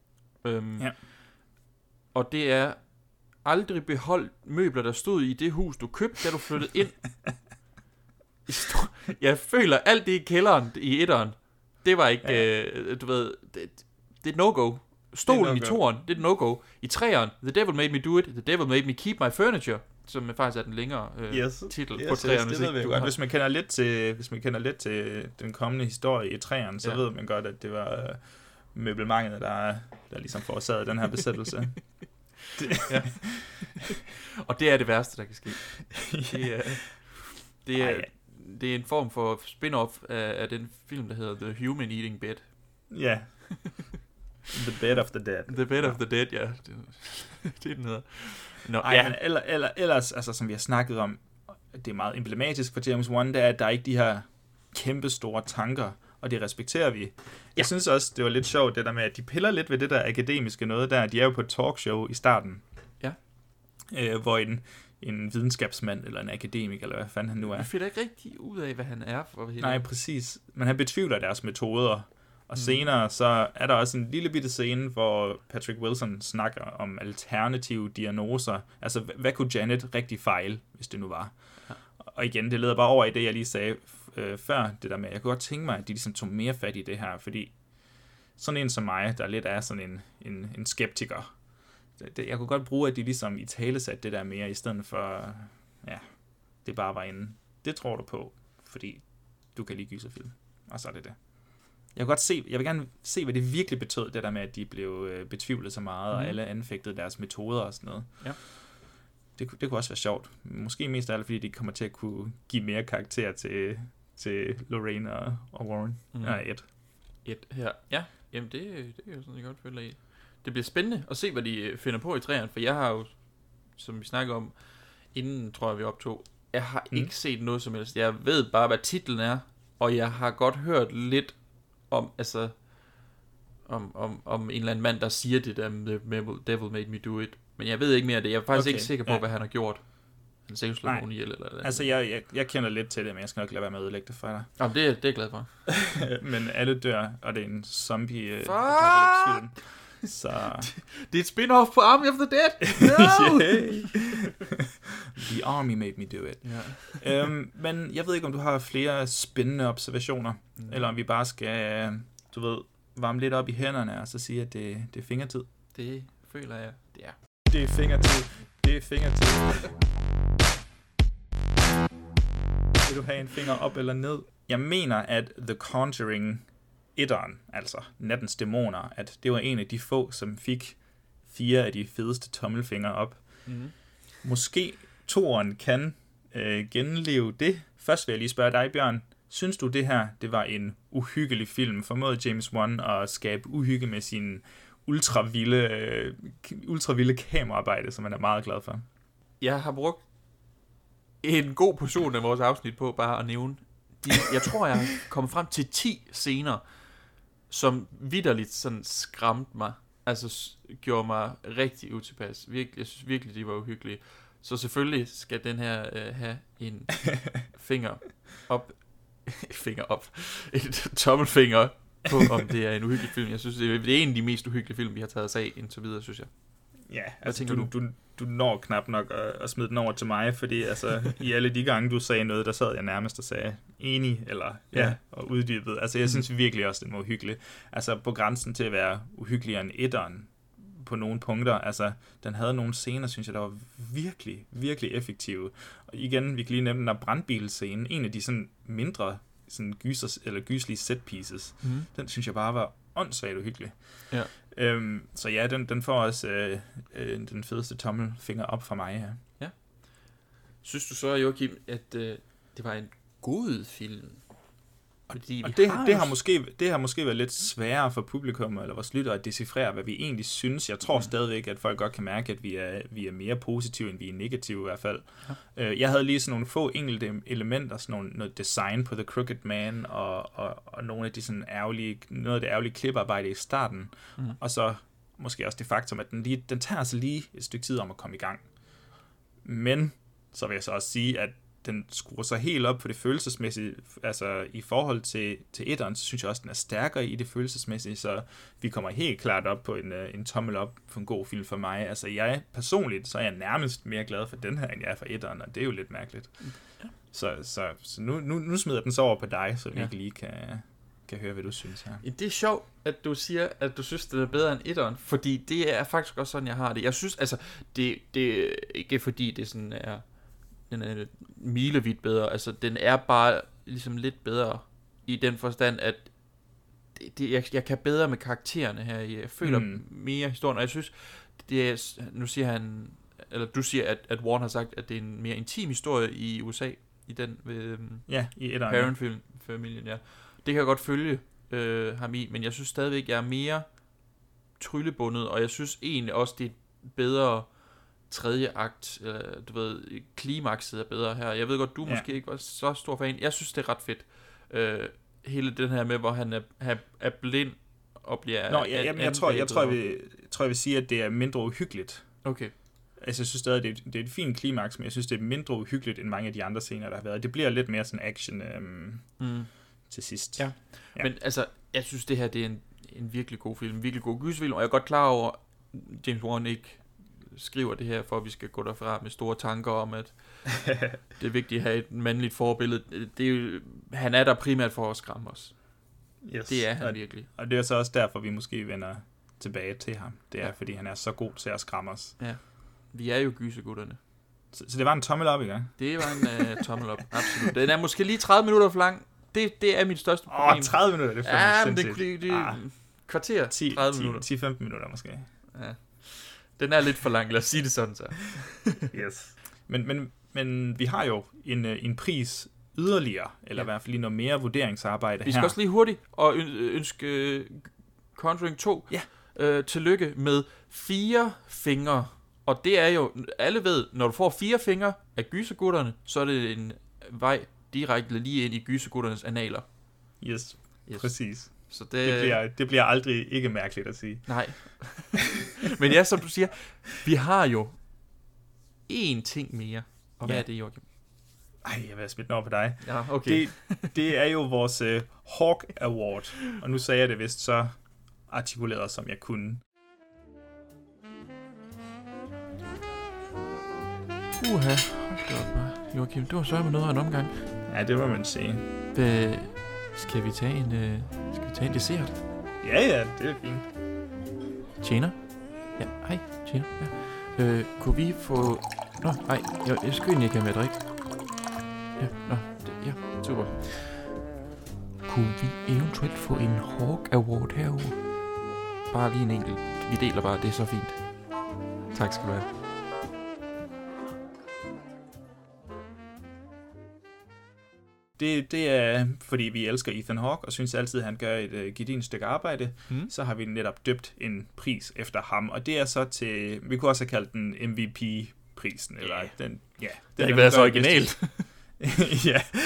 Og det er, aldrig behold møbler, der stod i det hus, du købte, da du flyttede ind. Jeg føler, alt det i kælderen i etteren, det var ikke, du ved, det er et no-go. Stolen i toeren, det er et no-go. I treeren, The Devil Made Me Do It, The Devil Made Me Keep My Furniture, som faktisk er den længere titel på treeren. Det ved vi godt. Hvis man kender lidt til den kommende historie i treeren, så ved man godt, at det var møbelmanget, der ligesom forårsagede den her besættelse. Og det er det værste, der kan ske. Det er en form for spin-off af den film, der hedder The Human Eating Bed. Ja. The Bed of the Dead. The Bed of the Dead, ja. Det er den hedder. Men ellers, altså, som vi har snakket om, det er meget emblematisk for James Wan, det er, at der er ikke de her kæmpe store tanker, og det respekterer vi. Jeg synes også, det var lidt sjovt, det der med, at de piller lidt ved det der akademiske noget der. De er jo på et talkshow i starten. Ja. Hvor en videnskabsmand, eller en akademiker, eller hvad fanden han nu er. Vi finder ikke rigtig ud af, hvad han er. Nej, præcis. Men han betvivler deres metoder. Og senere, så er der også en lille bitte scene, hvor Patrick Wilson snakker om alternative diagnoser. Altså, hvad kunne Janet rigtig fejle, hvis det nu var? Ja. Og igen, det leder bare over i det, jeg lige sagde før, det der med, jeg kunne godt tænke mig, at de ligesom tog mere fat i det her, fordi sådan en som mig, der lidt er sådan en skeptiker, jeg kunne godt bruge, at de ligesom i tale satte det der mere, i stedet for, det bare var det tror du på, fordi du kan lide gyserfilm, og så er det det. Jeg vil gerne se, hvad det virkelig betød, det der med, at de blev betvivlet så meget, og alle anfægtede deres metoder og sådan noget. Ja. Det kunne også være sjovt. Måske mest af alt, fordi de kommer til at kunne give mere karakter til Lorraine og Warren. Ed her. Ja, jamen det er jo sådan, jeg godt føler i. Det bliver spændende at se, hvad de finder på i træerne, for jeg har jo, som vi snakker om, inden tror jeg, vi optog, jeg har ikke set noget som helst. Jeg ved bare, hvad titlen er, og jeg har godt hørt lidt om en eller anden mand, der siger det der med Devil Made Me Do It. Men jeg ved ikke mere af det. Jeg er faktisk ikke sikker på, hvad han har gjort. Han sikkert slået nogen ihjel eller andet. Altså, jeg kender lidt til det, men jeg skal nok lade være med at ødelægge det for dig. Jamen, det er jeg glad for. Men alle dør, og det er en zombie-film. Så... Det er et spin-off på Army of the Dead! No! The Army Made Me Do It. Ja. Men jeg ved ikke, om du har flere spændende observationer, eller om vi bare skal, varme lidt op i hænderne, og så sige, at det er fingertid. Det føler jeg, det er. Det er fingertid. Det er fingertid. Vil du have en finger op eller ned? Jeg mener, at The Conjuring 1'eren, altså Nattens Dæmoner, at det var en af de få, som fik 4 af de fedeste tommelfingre op. Mm-hmm. Måske 2'eren kan genleve det. Først vil jeg lige spørge dig, Bjørn. Synes du det her, det var en uhyggelig film? Formåede James Wan at skabe uhygge med sin ultravilde kameraarbejde, som man er meget glad for? Jeg har brugt en god portion af vores afsnit på bare at nævne. Jeg tror, jeg er kommet frem til 10 scener, som vitterligt sådan skræmte mig altså gjorde mig rigtig utilpas. Virkelig, jeg synes virkelig, de var uhyggelige. Så selvfølgelig skal den her have en finger op, en tommelfinger på, om det er en uhyggelig film. Jeg synes, det er en af de mest uhyggelige film, vi har taget os af indtil videre, synes jeg. Ja, altså du når knap nok at smide den over til mig, fordi altså, i alle de gange, du sagde noget, der sad jeg nærmest og sagde enig, eller og uddybet. Altså, jeg synes virkelig også, den var uhyggelig. Altså, på grænsen til at være uhyggeligere end etteren på nogle punkter. Altså, den havde nogle scener, synes jeg, der var virkelig, virkelig effektive. Og igen, vi kan lige nævne den der brandbilscene. En af de sådan mindre sådan gyslige set pieces. Den synes jeg bare var åndssvagt uhyggelig. Ja. Så ja, den får også den fedeste tommelfinger op fra mig. Ja. Synes du så, Joachim, at det var en god film? Fordi og det har måske været lidt sværere for publikum eller vores lyttere at decifrere, hvad vi egentlig synes. Jeg tror stadigvæk, at folk godt kan mærke, at vi er mere positive, end vi er negative i hvert fald. Ja. Jeg havde lige sådan nogle få enkelte elementer, sådan noget design på The Crooked Man, og nogle af de sådan noget af det ærgerlige kliparbejde i starten, og så måske også det faktum, at den tager altså lige et stykke tid om at komme i gang. Men så vil jeg så også sige, at den skruer sig helt op på det følelsesmæssige, altså i forhold til etteren, så synes jeg også, den er stærkere i det følelsesmæssige, så vi kommer helt klart op på en tommel op for en god film for mig. Altså jeg personligt, så er jeg nærmest mere glad for den her, end jeg er for etteren, og det er jo lidt mærkeligt. Ja. Så nu smider den så over på dig, så vi lige kan høre, hvad du synes her. Det er sjovt, at du siger, at du synes, det er bedre end etteren, fordi det er faktisk også sådan, jeg har det. Jeg synes, altså, det er ikke fordi, det sådan er den er milevidt bedre. Altså, den er bare ligesom lidt bedre i den forstand, at jeg kan bedre med karaktererne her. Jeg føler mere historien, og jeg synes, det er, nu siger han, eller du siger, at Warren har sagt, at det er en mere intim historie i USA, i den ved i etteren, Parent-familien, ja. Det kan jeg godt følge ham i, men jeg synes stadigvæk, jeg er mere tryllebundet, og jeg synes egentlig også, det er bedre tredje akt, du ved, klimakset er bedre her. Jeg ved godt, du måske ikke var så stor fan. Jeg synes, det er ret fedt. Hele den her med, hvor han er blind og bliver... jeg tror, jeg vil sige, at det er mindre uhyggeligt. Okay. Altså, jeg synes stadig, det er et fint klimaks, men jeg synes, det er mindre uhyggeligt, end mange af de andre scener, der har været. Det bliver lidt mere sådan action til sidst. Ja. Men altså, jeg synes, det her, det er en virkelig god film. En virkelig god gyserfilm, og jeg er godt klar over, James Wan ikke skriver det her, for at vi skal gå derfra med store tanker om, at det er vigtigt at have et mandligt forbillede. Det er jo, han er der primært for at skræmme os. Yes. Det er han virkelig. Og det er så også derfor, vi måske vender tilbage til ham. Det er, fordi han er så god til at skræmme os. Ja. Vi er jo gysergutterne. Så det var en tommel op, ikke? Det var en tommel op, absolut. Den er måske lige 30 minutter for lang. Det er mit største problem. 30 minutter, det er sindssygt. Det kvarter, 30 minutter. 10-15 minutter måske. Ja. Den er lidt for lang, lad os sige det sådan så. Yes. Men vi har jo en pris yderligere, eller i hvert fald lige noget mere vurderingsarbejde her. Vi skal også lige hurtigt og ønske Conjuring 2 tillykke med 4 fingre. Og det er jo, alle ved, når du får 4 fingre af gysergutterne, så er det en vej direkte lige ind i gysergutternes analer. Yes. Præcis. Så det bliver aldrig ikke mærkeligt at sige. Nej. Men ja, som du siger, vi har jo én ting mere. Og hvad er det, Joachim? Ej, jeg vil have smidt den over på dig. Ja, okay. Det er jo vores Hawk Award. Og nu sagde jeg det vist så artikuleret, som jeg kunne. Joachim, det var så med noget af en omgang. Ja, det må man sige. Skal vi tage en dessert? Ja, det er fint. Tjener? Ja, hej, tjener. Ja. Kunne vi få... Nå, nej, jeg skal egentlig ikke have med at drikke. Ja, super. Kunne vi eventuelt få en Hawk Award herovre? Bare lige en enkelt. Vi deler bare, det er så fint. Tak skal du have. Det er, fordi vi elsker Ethan Hawke, og synes altid, at han gør et gedigent stykke arbejde. Så har vi netop døbt en pris efter ham. Og det er så til, vi kunne også have kaldt den MVP-prisen. Eller den, det har ikke været så originalt. Ja,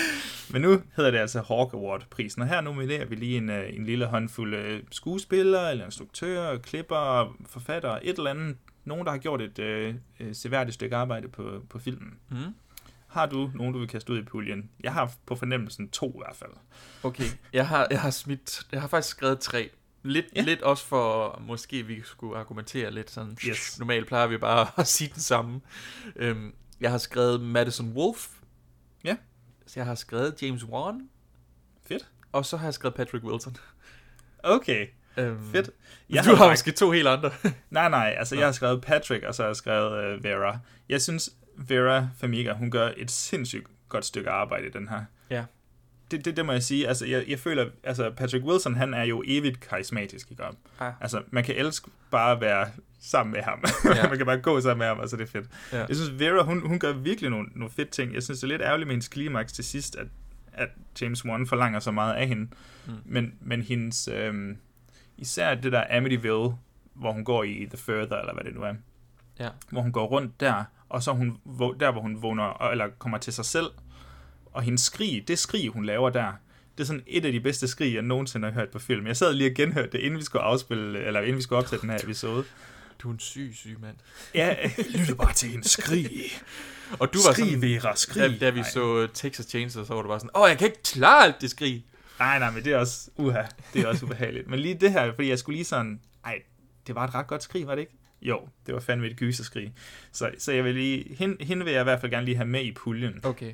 Men nu hedder det altså Hawk Award-prisen, og her nominerer vi lige en lille håndfuld skuespillere, eller instruktører, klipper, forfattere, et eller andet. Nogen, der har gjort et seværdigt stykke arbejde på filmen. Har du nogen, du vil kaste ud i puljen? Jeg har på fornemmelsen 2 i hvert fald. Okay, jeg har faktisk skrevet 3. Lidt også for, måske vi skulle argumentere lidt sådan. Yes. Normalt plejer vi bare at sige den samme. Jeg har skrevet Madison Wolfe. Ja. Så jeg har skrevet James Wan. Fedt. Og så har jeg skrevet Patrick Wilson. Okay, fedt. Du har måske 2 helt andre. Nej, altså jeg har skrevet Patrick, og så har jeg skrevet Vera. Jeg synes, Vera Farmiga, hun gør et sindssygt godt stykke arbejde i den her. Ja. Det må jeg sige. Altså, jeg føler, altså Patrick Wilson, han er jo evigt karismatisk, ikke? Ja. Altså, man kan elske bare at være sammen med ham. Ja. Man kan bare gå sammen med ham, og så er det fedt. Ja. Jeg synes, Vera, hun gør virkelig nogle fedt ting. Jeg synes, det er lidt ærgerligt med hendes klimaks til sidst, at James Wan forlanger så meget af hende. Men hendes, især det der Amityville, hvor hun går i The Further, eller hvad det nu er. Ja. Hvor hun går rundt der, og så hun der, hvor hun vågner, eller kommer til sig selv, og hendes skrig, hun laver der, det er sådan et af de bedste skrig, jeg nogensinde har hørt på film. Jeg sad lige og genhørte det, inden vi skulle optage den her episode. Du er en syg mand. Ja, lytte bare til en skrig. Og du var skrig, sådan, Vera, skrig. Da vi så Texas Chainsaw, så var du bare sådan, jeg kan ikke klare alt det skrig. Nej, men det er også ubehageligt. Men lige det her, fordi jeg skulle lige sådan, det var et ret godt skrig, var det ikke? Jo, det var fandme et gyserskrig. Så jeg vil lige, hende vil jeg i hvert fald gerne lige have med i puljen. Okay.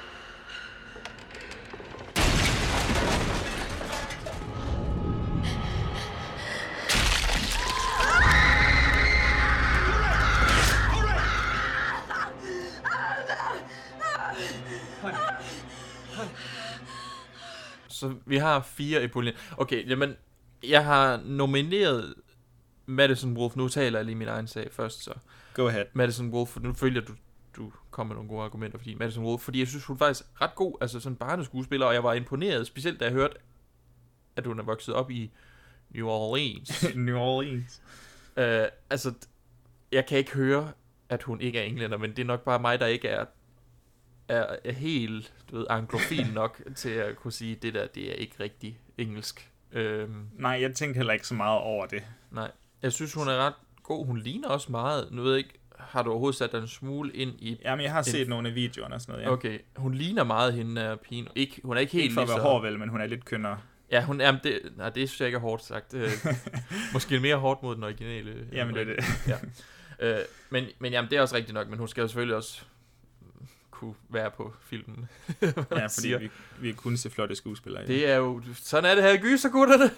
Så vi har 4 i puljen. Okay, jamen, jeg har nomineret Madison Wolfe. Nu taler jeg lige min egen sag først, så. Go ahead. Madison Wolfe, nu følger du kom med nogle gode argumenter, fordi Madison Wolfe, fordi jeg synes, hun er faktisk ret god, altså sådan barneskuespiller, og jeg var imponeret, specielt da jeg hørte, at hun er vokset op i New Orleans. New Orleans. Altså, jeg kan ikke høre, at hun ikke er englænder, men det er nok bare mig, der ikke er helt, anglofil nok til at kunne sige, det der, det er ikke rigtig engelsk. Nej, jeg tænkte heller ikke så meget over det. Nej, jeg synes, hun er ret god. Hun ligner også meget, nu ved jeg ikke, har du overhovedet sat en smule ind i... Jamen, jeg har set nogle af videoerne og sådan noget, ja. Okay, hun ligner meget hende af pigen. Hun er ikke helt lige for at være hård, vel, men hun er lidt kønnere. Ja, det synes jeg ikke er hårdt sagt. Måske mere hårdt mod den originale. Jamen, det er det. Ja. Men jamen, det er også rigtigt nok, men hun skal jo selvfølgelig også kunne være på filmen. Ja, fordi vi kunne se flotte skuespillere. Det er jo... Sådan er det her i gysergutterne.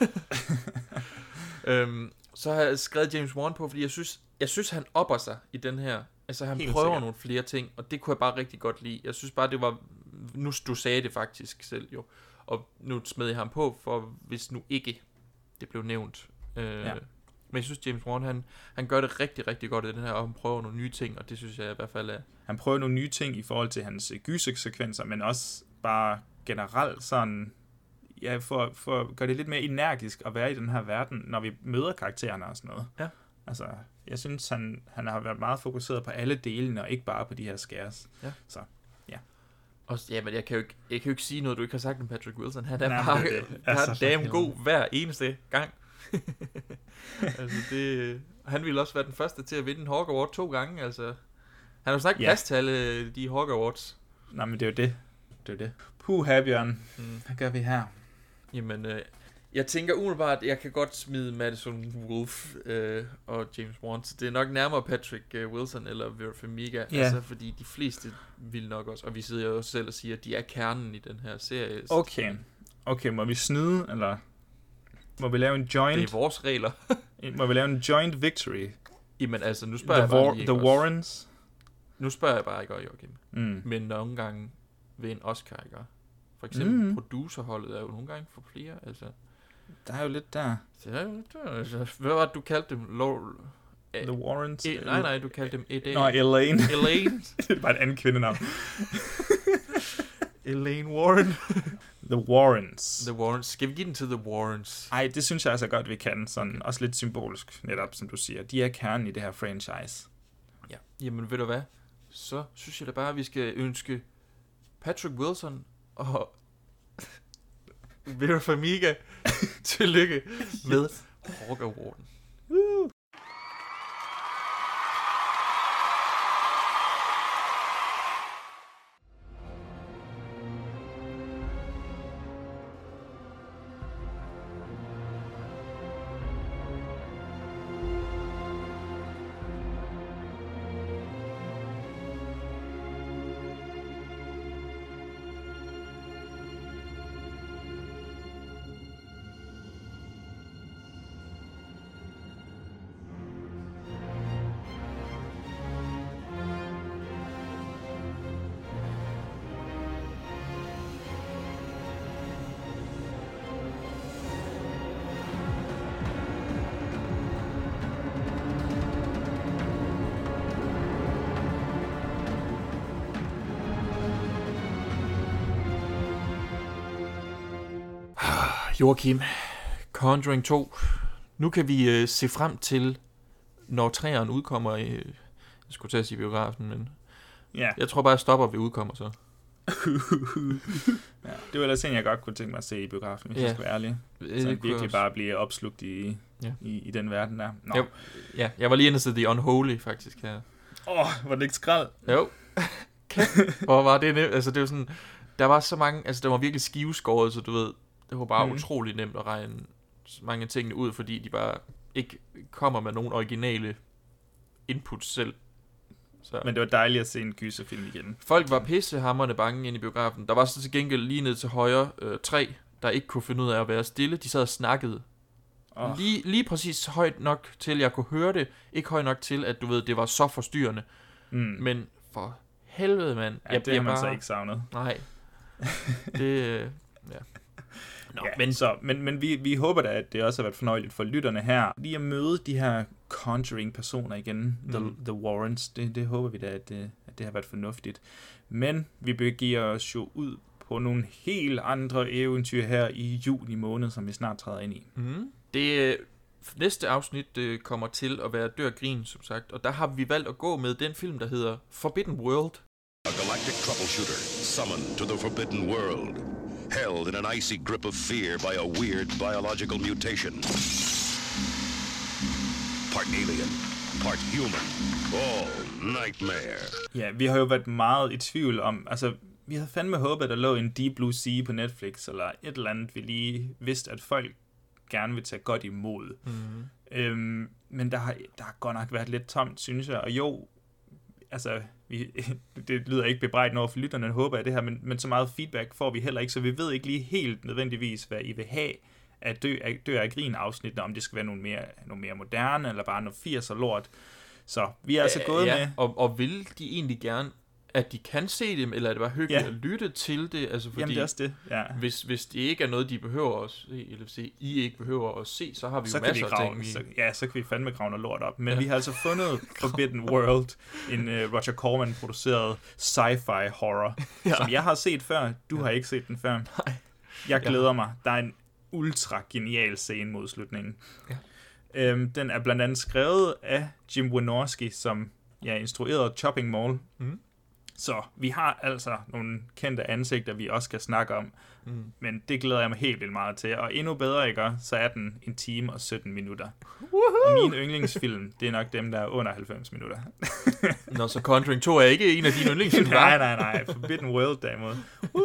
Så har jeg skrevet James Wan på, fordi jeg synes han opper sig i den her. Altså han Helt prøver sikkert nogle flere ting, og det kunne jeg bare rigtig godt lide. Jeg synes bare, det var... Nu du sagde det faktisk selv jo. Og nu smed jeg ham på, for hvis nu ikke det blev nævnt. Ja. Men jeg synes, James Wan, han gør det rigtig, rigtig godt i den her, og han prøver nogle nye ting, og det synes jeg i hvert fald er... Han prøver nogle nye ting i forhold til hans gysersekvenser, men også bare generelt sådan... Ja, for at gøre det lidt mere energisk at være i den her verden, når vi møder karaktererne og sådan noget. Ja. Altså, jeg synes, han har været meget fokuseret på alle delene, og ikke bare på de her scares. Ja. Så, ja. Og, ja, men jeg kan jo ikke sige noget, du ikke har sagt om Patrick Wilson. Han er bare damn god hver eneste gang. Altså, han ville også være den første til at vinde en Hawk Award 2 gange. Altså, han har jo snakket plads til alle de Hawk Awards. Nej, men det er jo det. Det er det. Puha, Bjørn. Hvad gør vi her? Jamen, jeg tænker umiddelbart, at jeg kan godt smide Madison Wolfe og James Wan. Så det er nok nærmere Patrick Wilson eller Vera Farmiga. Ja. Altså, fordi de fleste vil nok også. Og vi sidder jo også selv og siger, at de er kernen i den her serie. Okay, må vi snyde, eller må vi lave en joint? Det er vores regler. Må vi lave en joint victory? Jamen altså, nu spørger jeg bare The Warrens? Nu spørger jeg bare ikke, Joachim. Men nogle gange ved en Oscar, ikke? For eksempel producerholdet er jo nogle gange for flere, altså. Der er jo lidt der. Altså, hvad var det, du kaldte dem? The Warrens? Nej, du kaldte dem Elaine. Nå, Elaine. Elaine. Det er bare et andet kvindenavn. Elaine Warren. The Warrens. The Warrens. Skal vi give den til The Warrens? Ej, det synes jeg altså godt, vi kan. Sådan, også lidt symbolisk, netop som du siger. De er kernen i det her franchise. Ja. Jamen, ved du hvad? Så synes jeg da bare, at vi skal ønske Patrick Wilson og Vera Farmiga. Tillykke med Hawk Awarden. Joachim, Conjuring 2. Nu kan vi se frem til, når 3'eren udkommer i... Jeg skulle til at sige biografen, men... Ja. Jeg tror bare, jeg stopper ved udkommer så. Ja, det var ellers en, jeg godt kunne tænke mig at se i biografen, hvis jeg skal være ærlig. Så virkelig bare blive opslugt i den verden der. Nå. Jeg var lige inde til The Unholy, faktisk, her. Var det ikke skrald? Jo. Hvor var det nemt? Altså, det var sådan... Der var så mange... Altså, der var virkelig skiveskåret, så du ved... Det var bare utrolig nemt at regne mange tingene ud, fordi de bare ikke kommer med nogen originale inputs selv. Så. Men det var dejligt at se en gyserfilm igen. Folk var pissehamrende bange inde i biografen. Der var så til gengæld lige ned til højre 3, der ikke kunne finde ud af at være stille. De sad og snakkede. Lige præcis højt nok til, jeg kunne høre det. Ikke højt nok til, at du ved, det var så forstyrrende. Men for helvede, mand. Ja, det har man så ikke savnet. Nej. Det... ja. Nå, ja, men vi håber da, at det også har været fornøjeligt for lytterne her, lige at møde de her Conjuring-personer igen, The Warrens. Det håber vi da, at det har været fornuftigt. Men vi begiver os jo ud på nogle helt andre eventyr her i juli måned, som vi snart træder ind i. Det næste afsnit kommer til at være Dør Grin, som sagt, og der har vi valgt at gå med den film, der hedder Forbidden World. A galactic troubleshooter summoned to the Forbidden World, held in an icy grip of fear by a weird biological mutation. Part alien, part human, all nightmare. Ja, vi har jo været meget i tvivl om, altså, vi havde fandme håbet, at der lå en Deep Blue Sea på Netflix, eller et eller andet, vi lige vidste, at folk gerne vil tage godt imod. Men der har godt nok været lidt tomt, synes jeg, og jo, altså, det lyder ikke bebrejdt over for lytterne, håber jeg det her, men så meget feedback får vi heller ikke, så vi ved ikke lige helt nødvendigvis, hvad I vil have at dør af grin afsnitene, om det skal være nogle mere moderne, eller bare noget 80'er lort. Så vi er altså gået med... Og vil de egentlig gerne, at de kan se dem, eller er det bare hyggeligt at lytte til det? Altså, fordi jamen, det er også det, ja. Hvis det ikke er noget, de behøver at se, eller I ikke behøver at se, så har vi jo masser af ting. Så kan vi fandme grave noget lort op. Men vi har altså fundet Forbidden World, en Roger Corman-produceret sci-fi horror, som jeg har set før. Du har ikke set den før. Nej. Jeg glæder mig. Der er en ultra genial scene mod slutningen. Ja. Den er blandt andet skrevet af Jim Wynorski, som instruerede Chopping Mall. Så vi har altså nogle kendte ansigter, vi også skal snakke om. Men det glæder jeg mig helt vildt meget til. Og endnu bedre, ikke? Så er den 1 time og 17 minutter. Og min yndlingsfilm, det er nok dem, der er under 90 minutter. Nå, så Conjuring 2 er ikke en af dine yndlingsfilm? Nej. Forbidden World, derimod.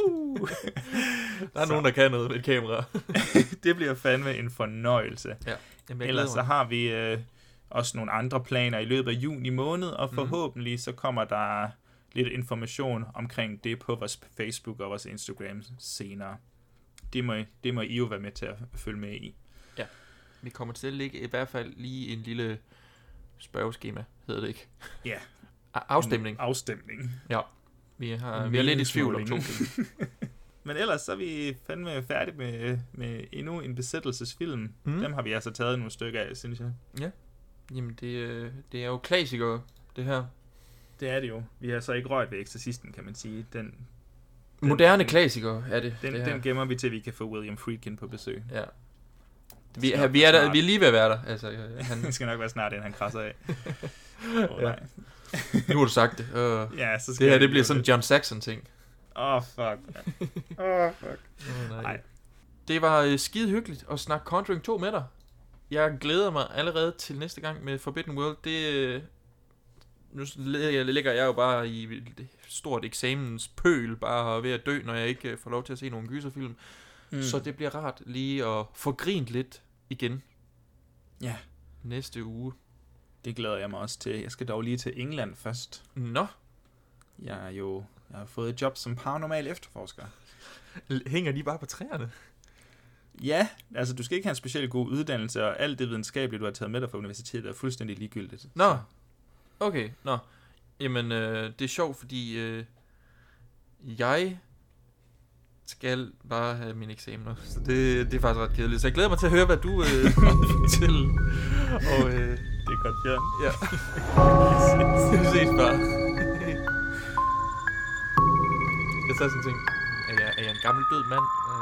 Der er nogen, der kan noget med et kamera. Det bliver fandme en fornøjelse. Ja. Jamen, ellers så har vi også nogle andre planer i løbet af juni måned, og forhåbentlig så kommer der lidt information omkring det på vores Facebook og vores Instagram senere. Det må I jo være med til at følge med i. Ja, vi kommer til at lægge i hvert fald lige en lille spørgeskema, hedder det ikke? Ja. Afstemning. Afstemning. Ja, vi har lidt i tvivl om 2 ting. Men ellers så er vi fandme færdige med endnu en besættelsesfilm. Dem har vi altså taget nogle stykker af, synes jeg. Ja, jamen det er jo klassikere, det her. Det er det jo. Vi har så ikke rørt ved Exorcisten, kan man sige. Den moderne klassiker er det. Den gemmer vi til, vi kan få William Friedkin på besøg. Ja. Vi er lige ved at være der. Altså, han skal nok være snart, inden han krasser af. Nej. Nu har du sagt det. Ja, så det her, det bliver sådan en John Saxon ting. Fuck. Nej. Det var skide hyggeligt at snakke Conjuring 2 med dig. Jeg glæder mig allerede til næste gang med Forbidden World. Nu ligger jeg jo bare i et stort eksamenspøl, bare ved at dø, når jeg ikke får lov til at se nogle gyserfilm. Så det bliver rart lige at få grint lidt igen. Ja. Næste uge. Det glæder jeg mig også til. Jeg skal dog lige til England først. Nå. Jeg har fået et job som paranormal efterforsker. Hænger de bare på træerne? Ja, altså du skal ikke have en specielt god uddannelse, og alt det videnskabelige, du har taget med dig fra universitetet, er fuldstændig ligegyldigt. Nå, okay, nå. Jamen, det er sjovt, fordi jeg skal bare have mine eksamener, så det er faktisk ret kedeligt. Så jeg glæder mig til at høre, hvad du fortæller. Og det er godt, Jørgen. Ja. Vi ses bare. Jeg sad sådan og tænkte, er jeg en gammel død mand?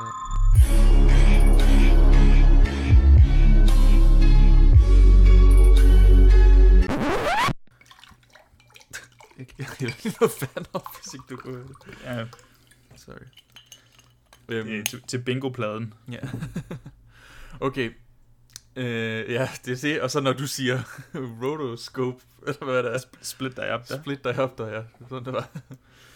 Jeg vil lige noget fan op, hvis ikke du kunne. Ja. Sorry. Til bingo-pladen. Ja. Okay. Ja, det er det. Og så når du siger rotoscope, eller hvad det er. Split dig op der. Split dig op der, ja. Sådan det var.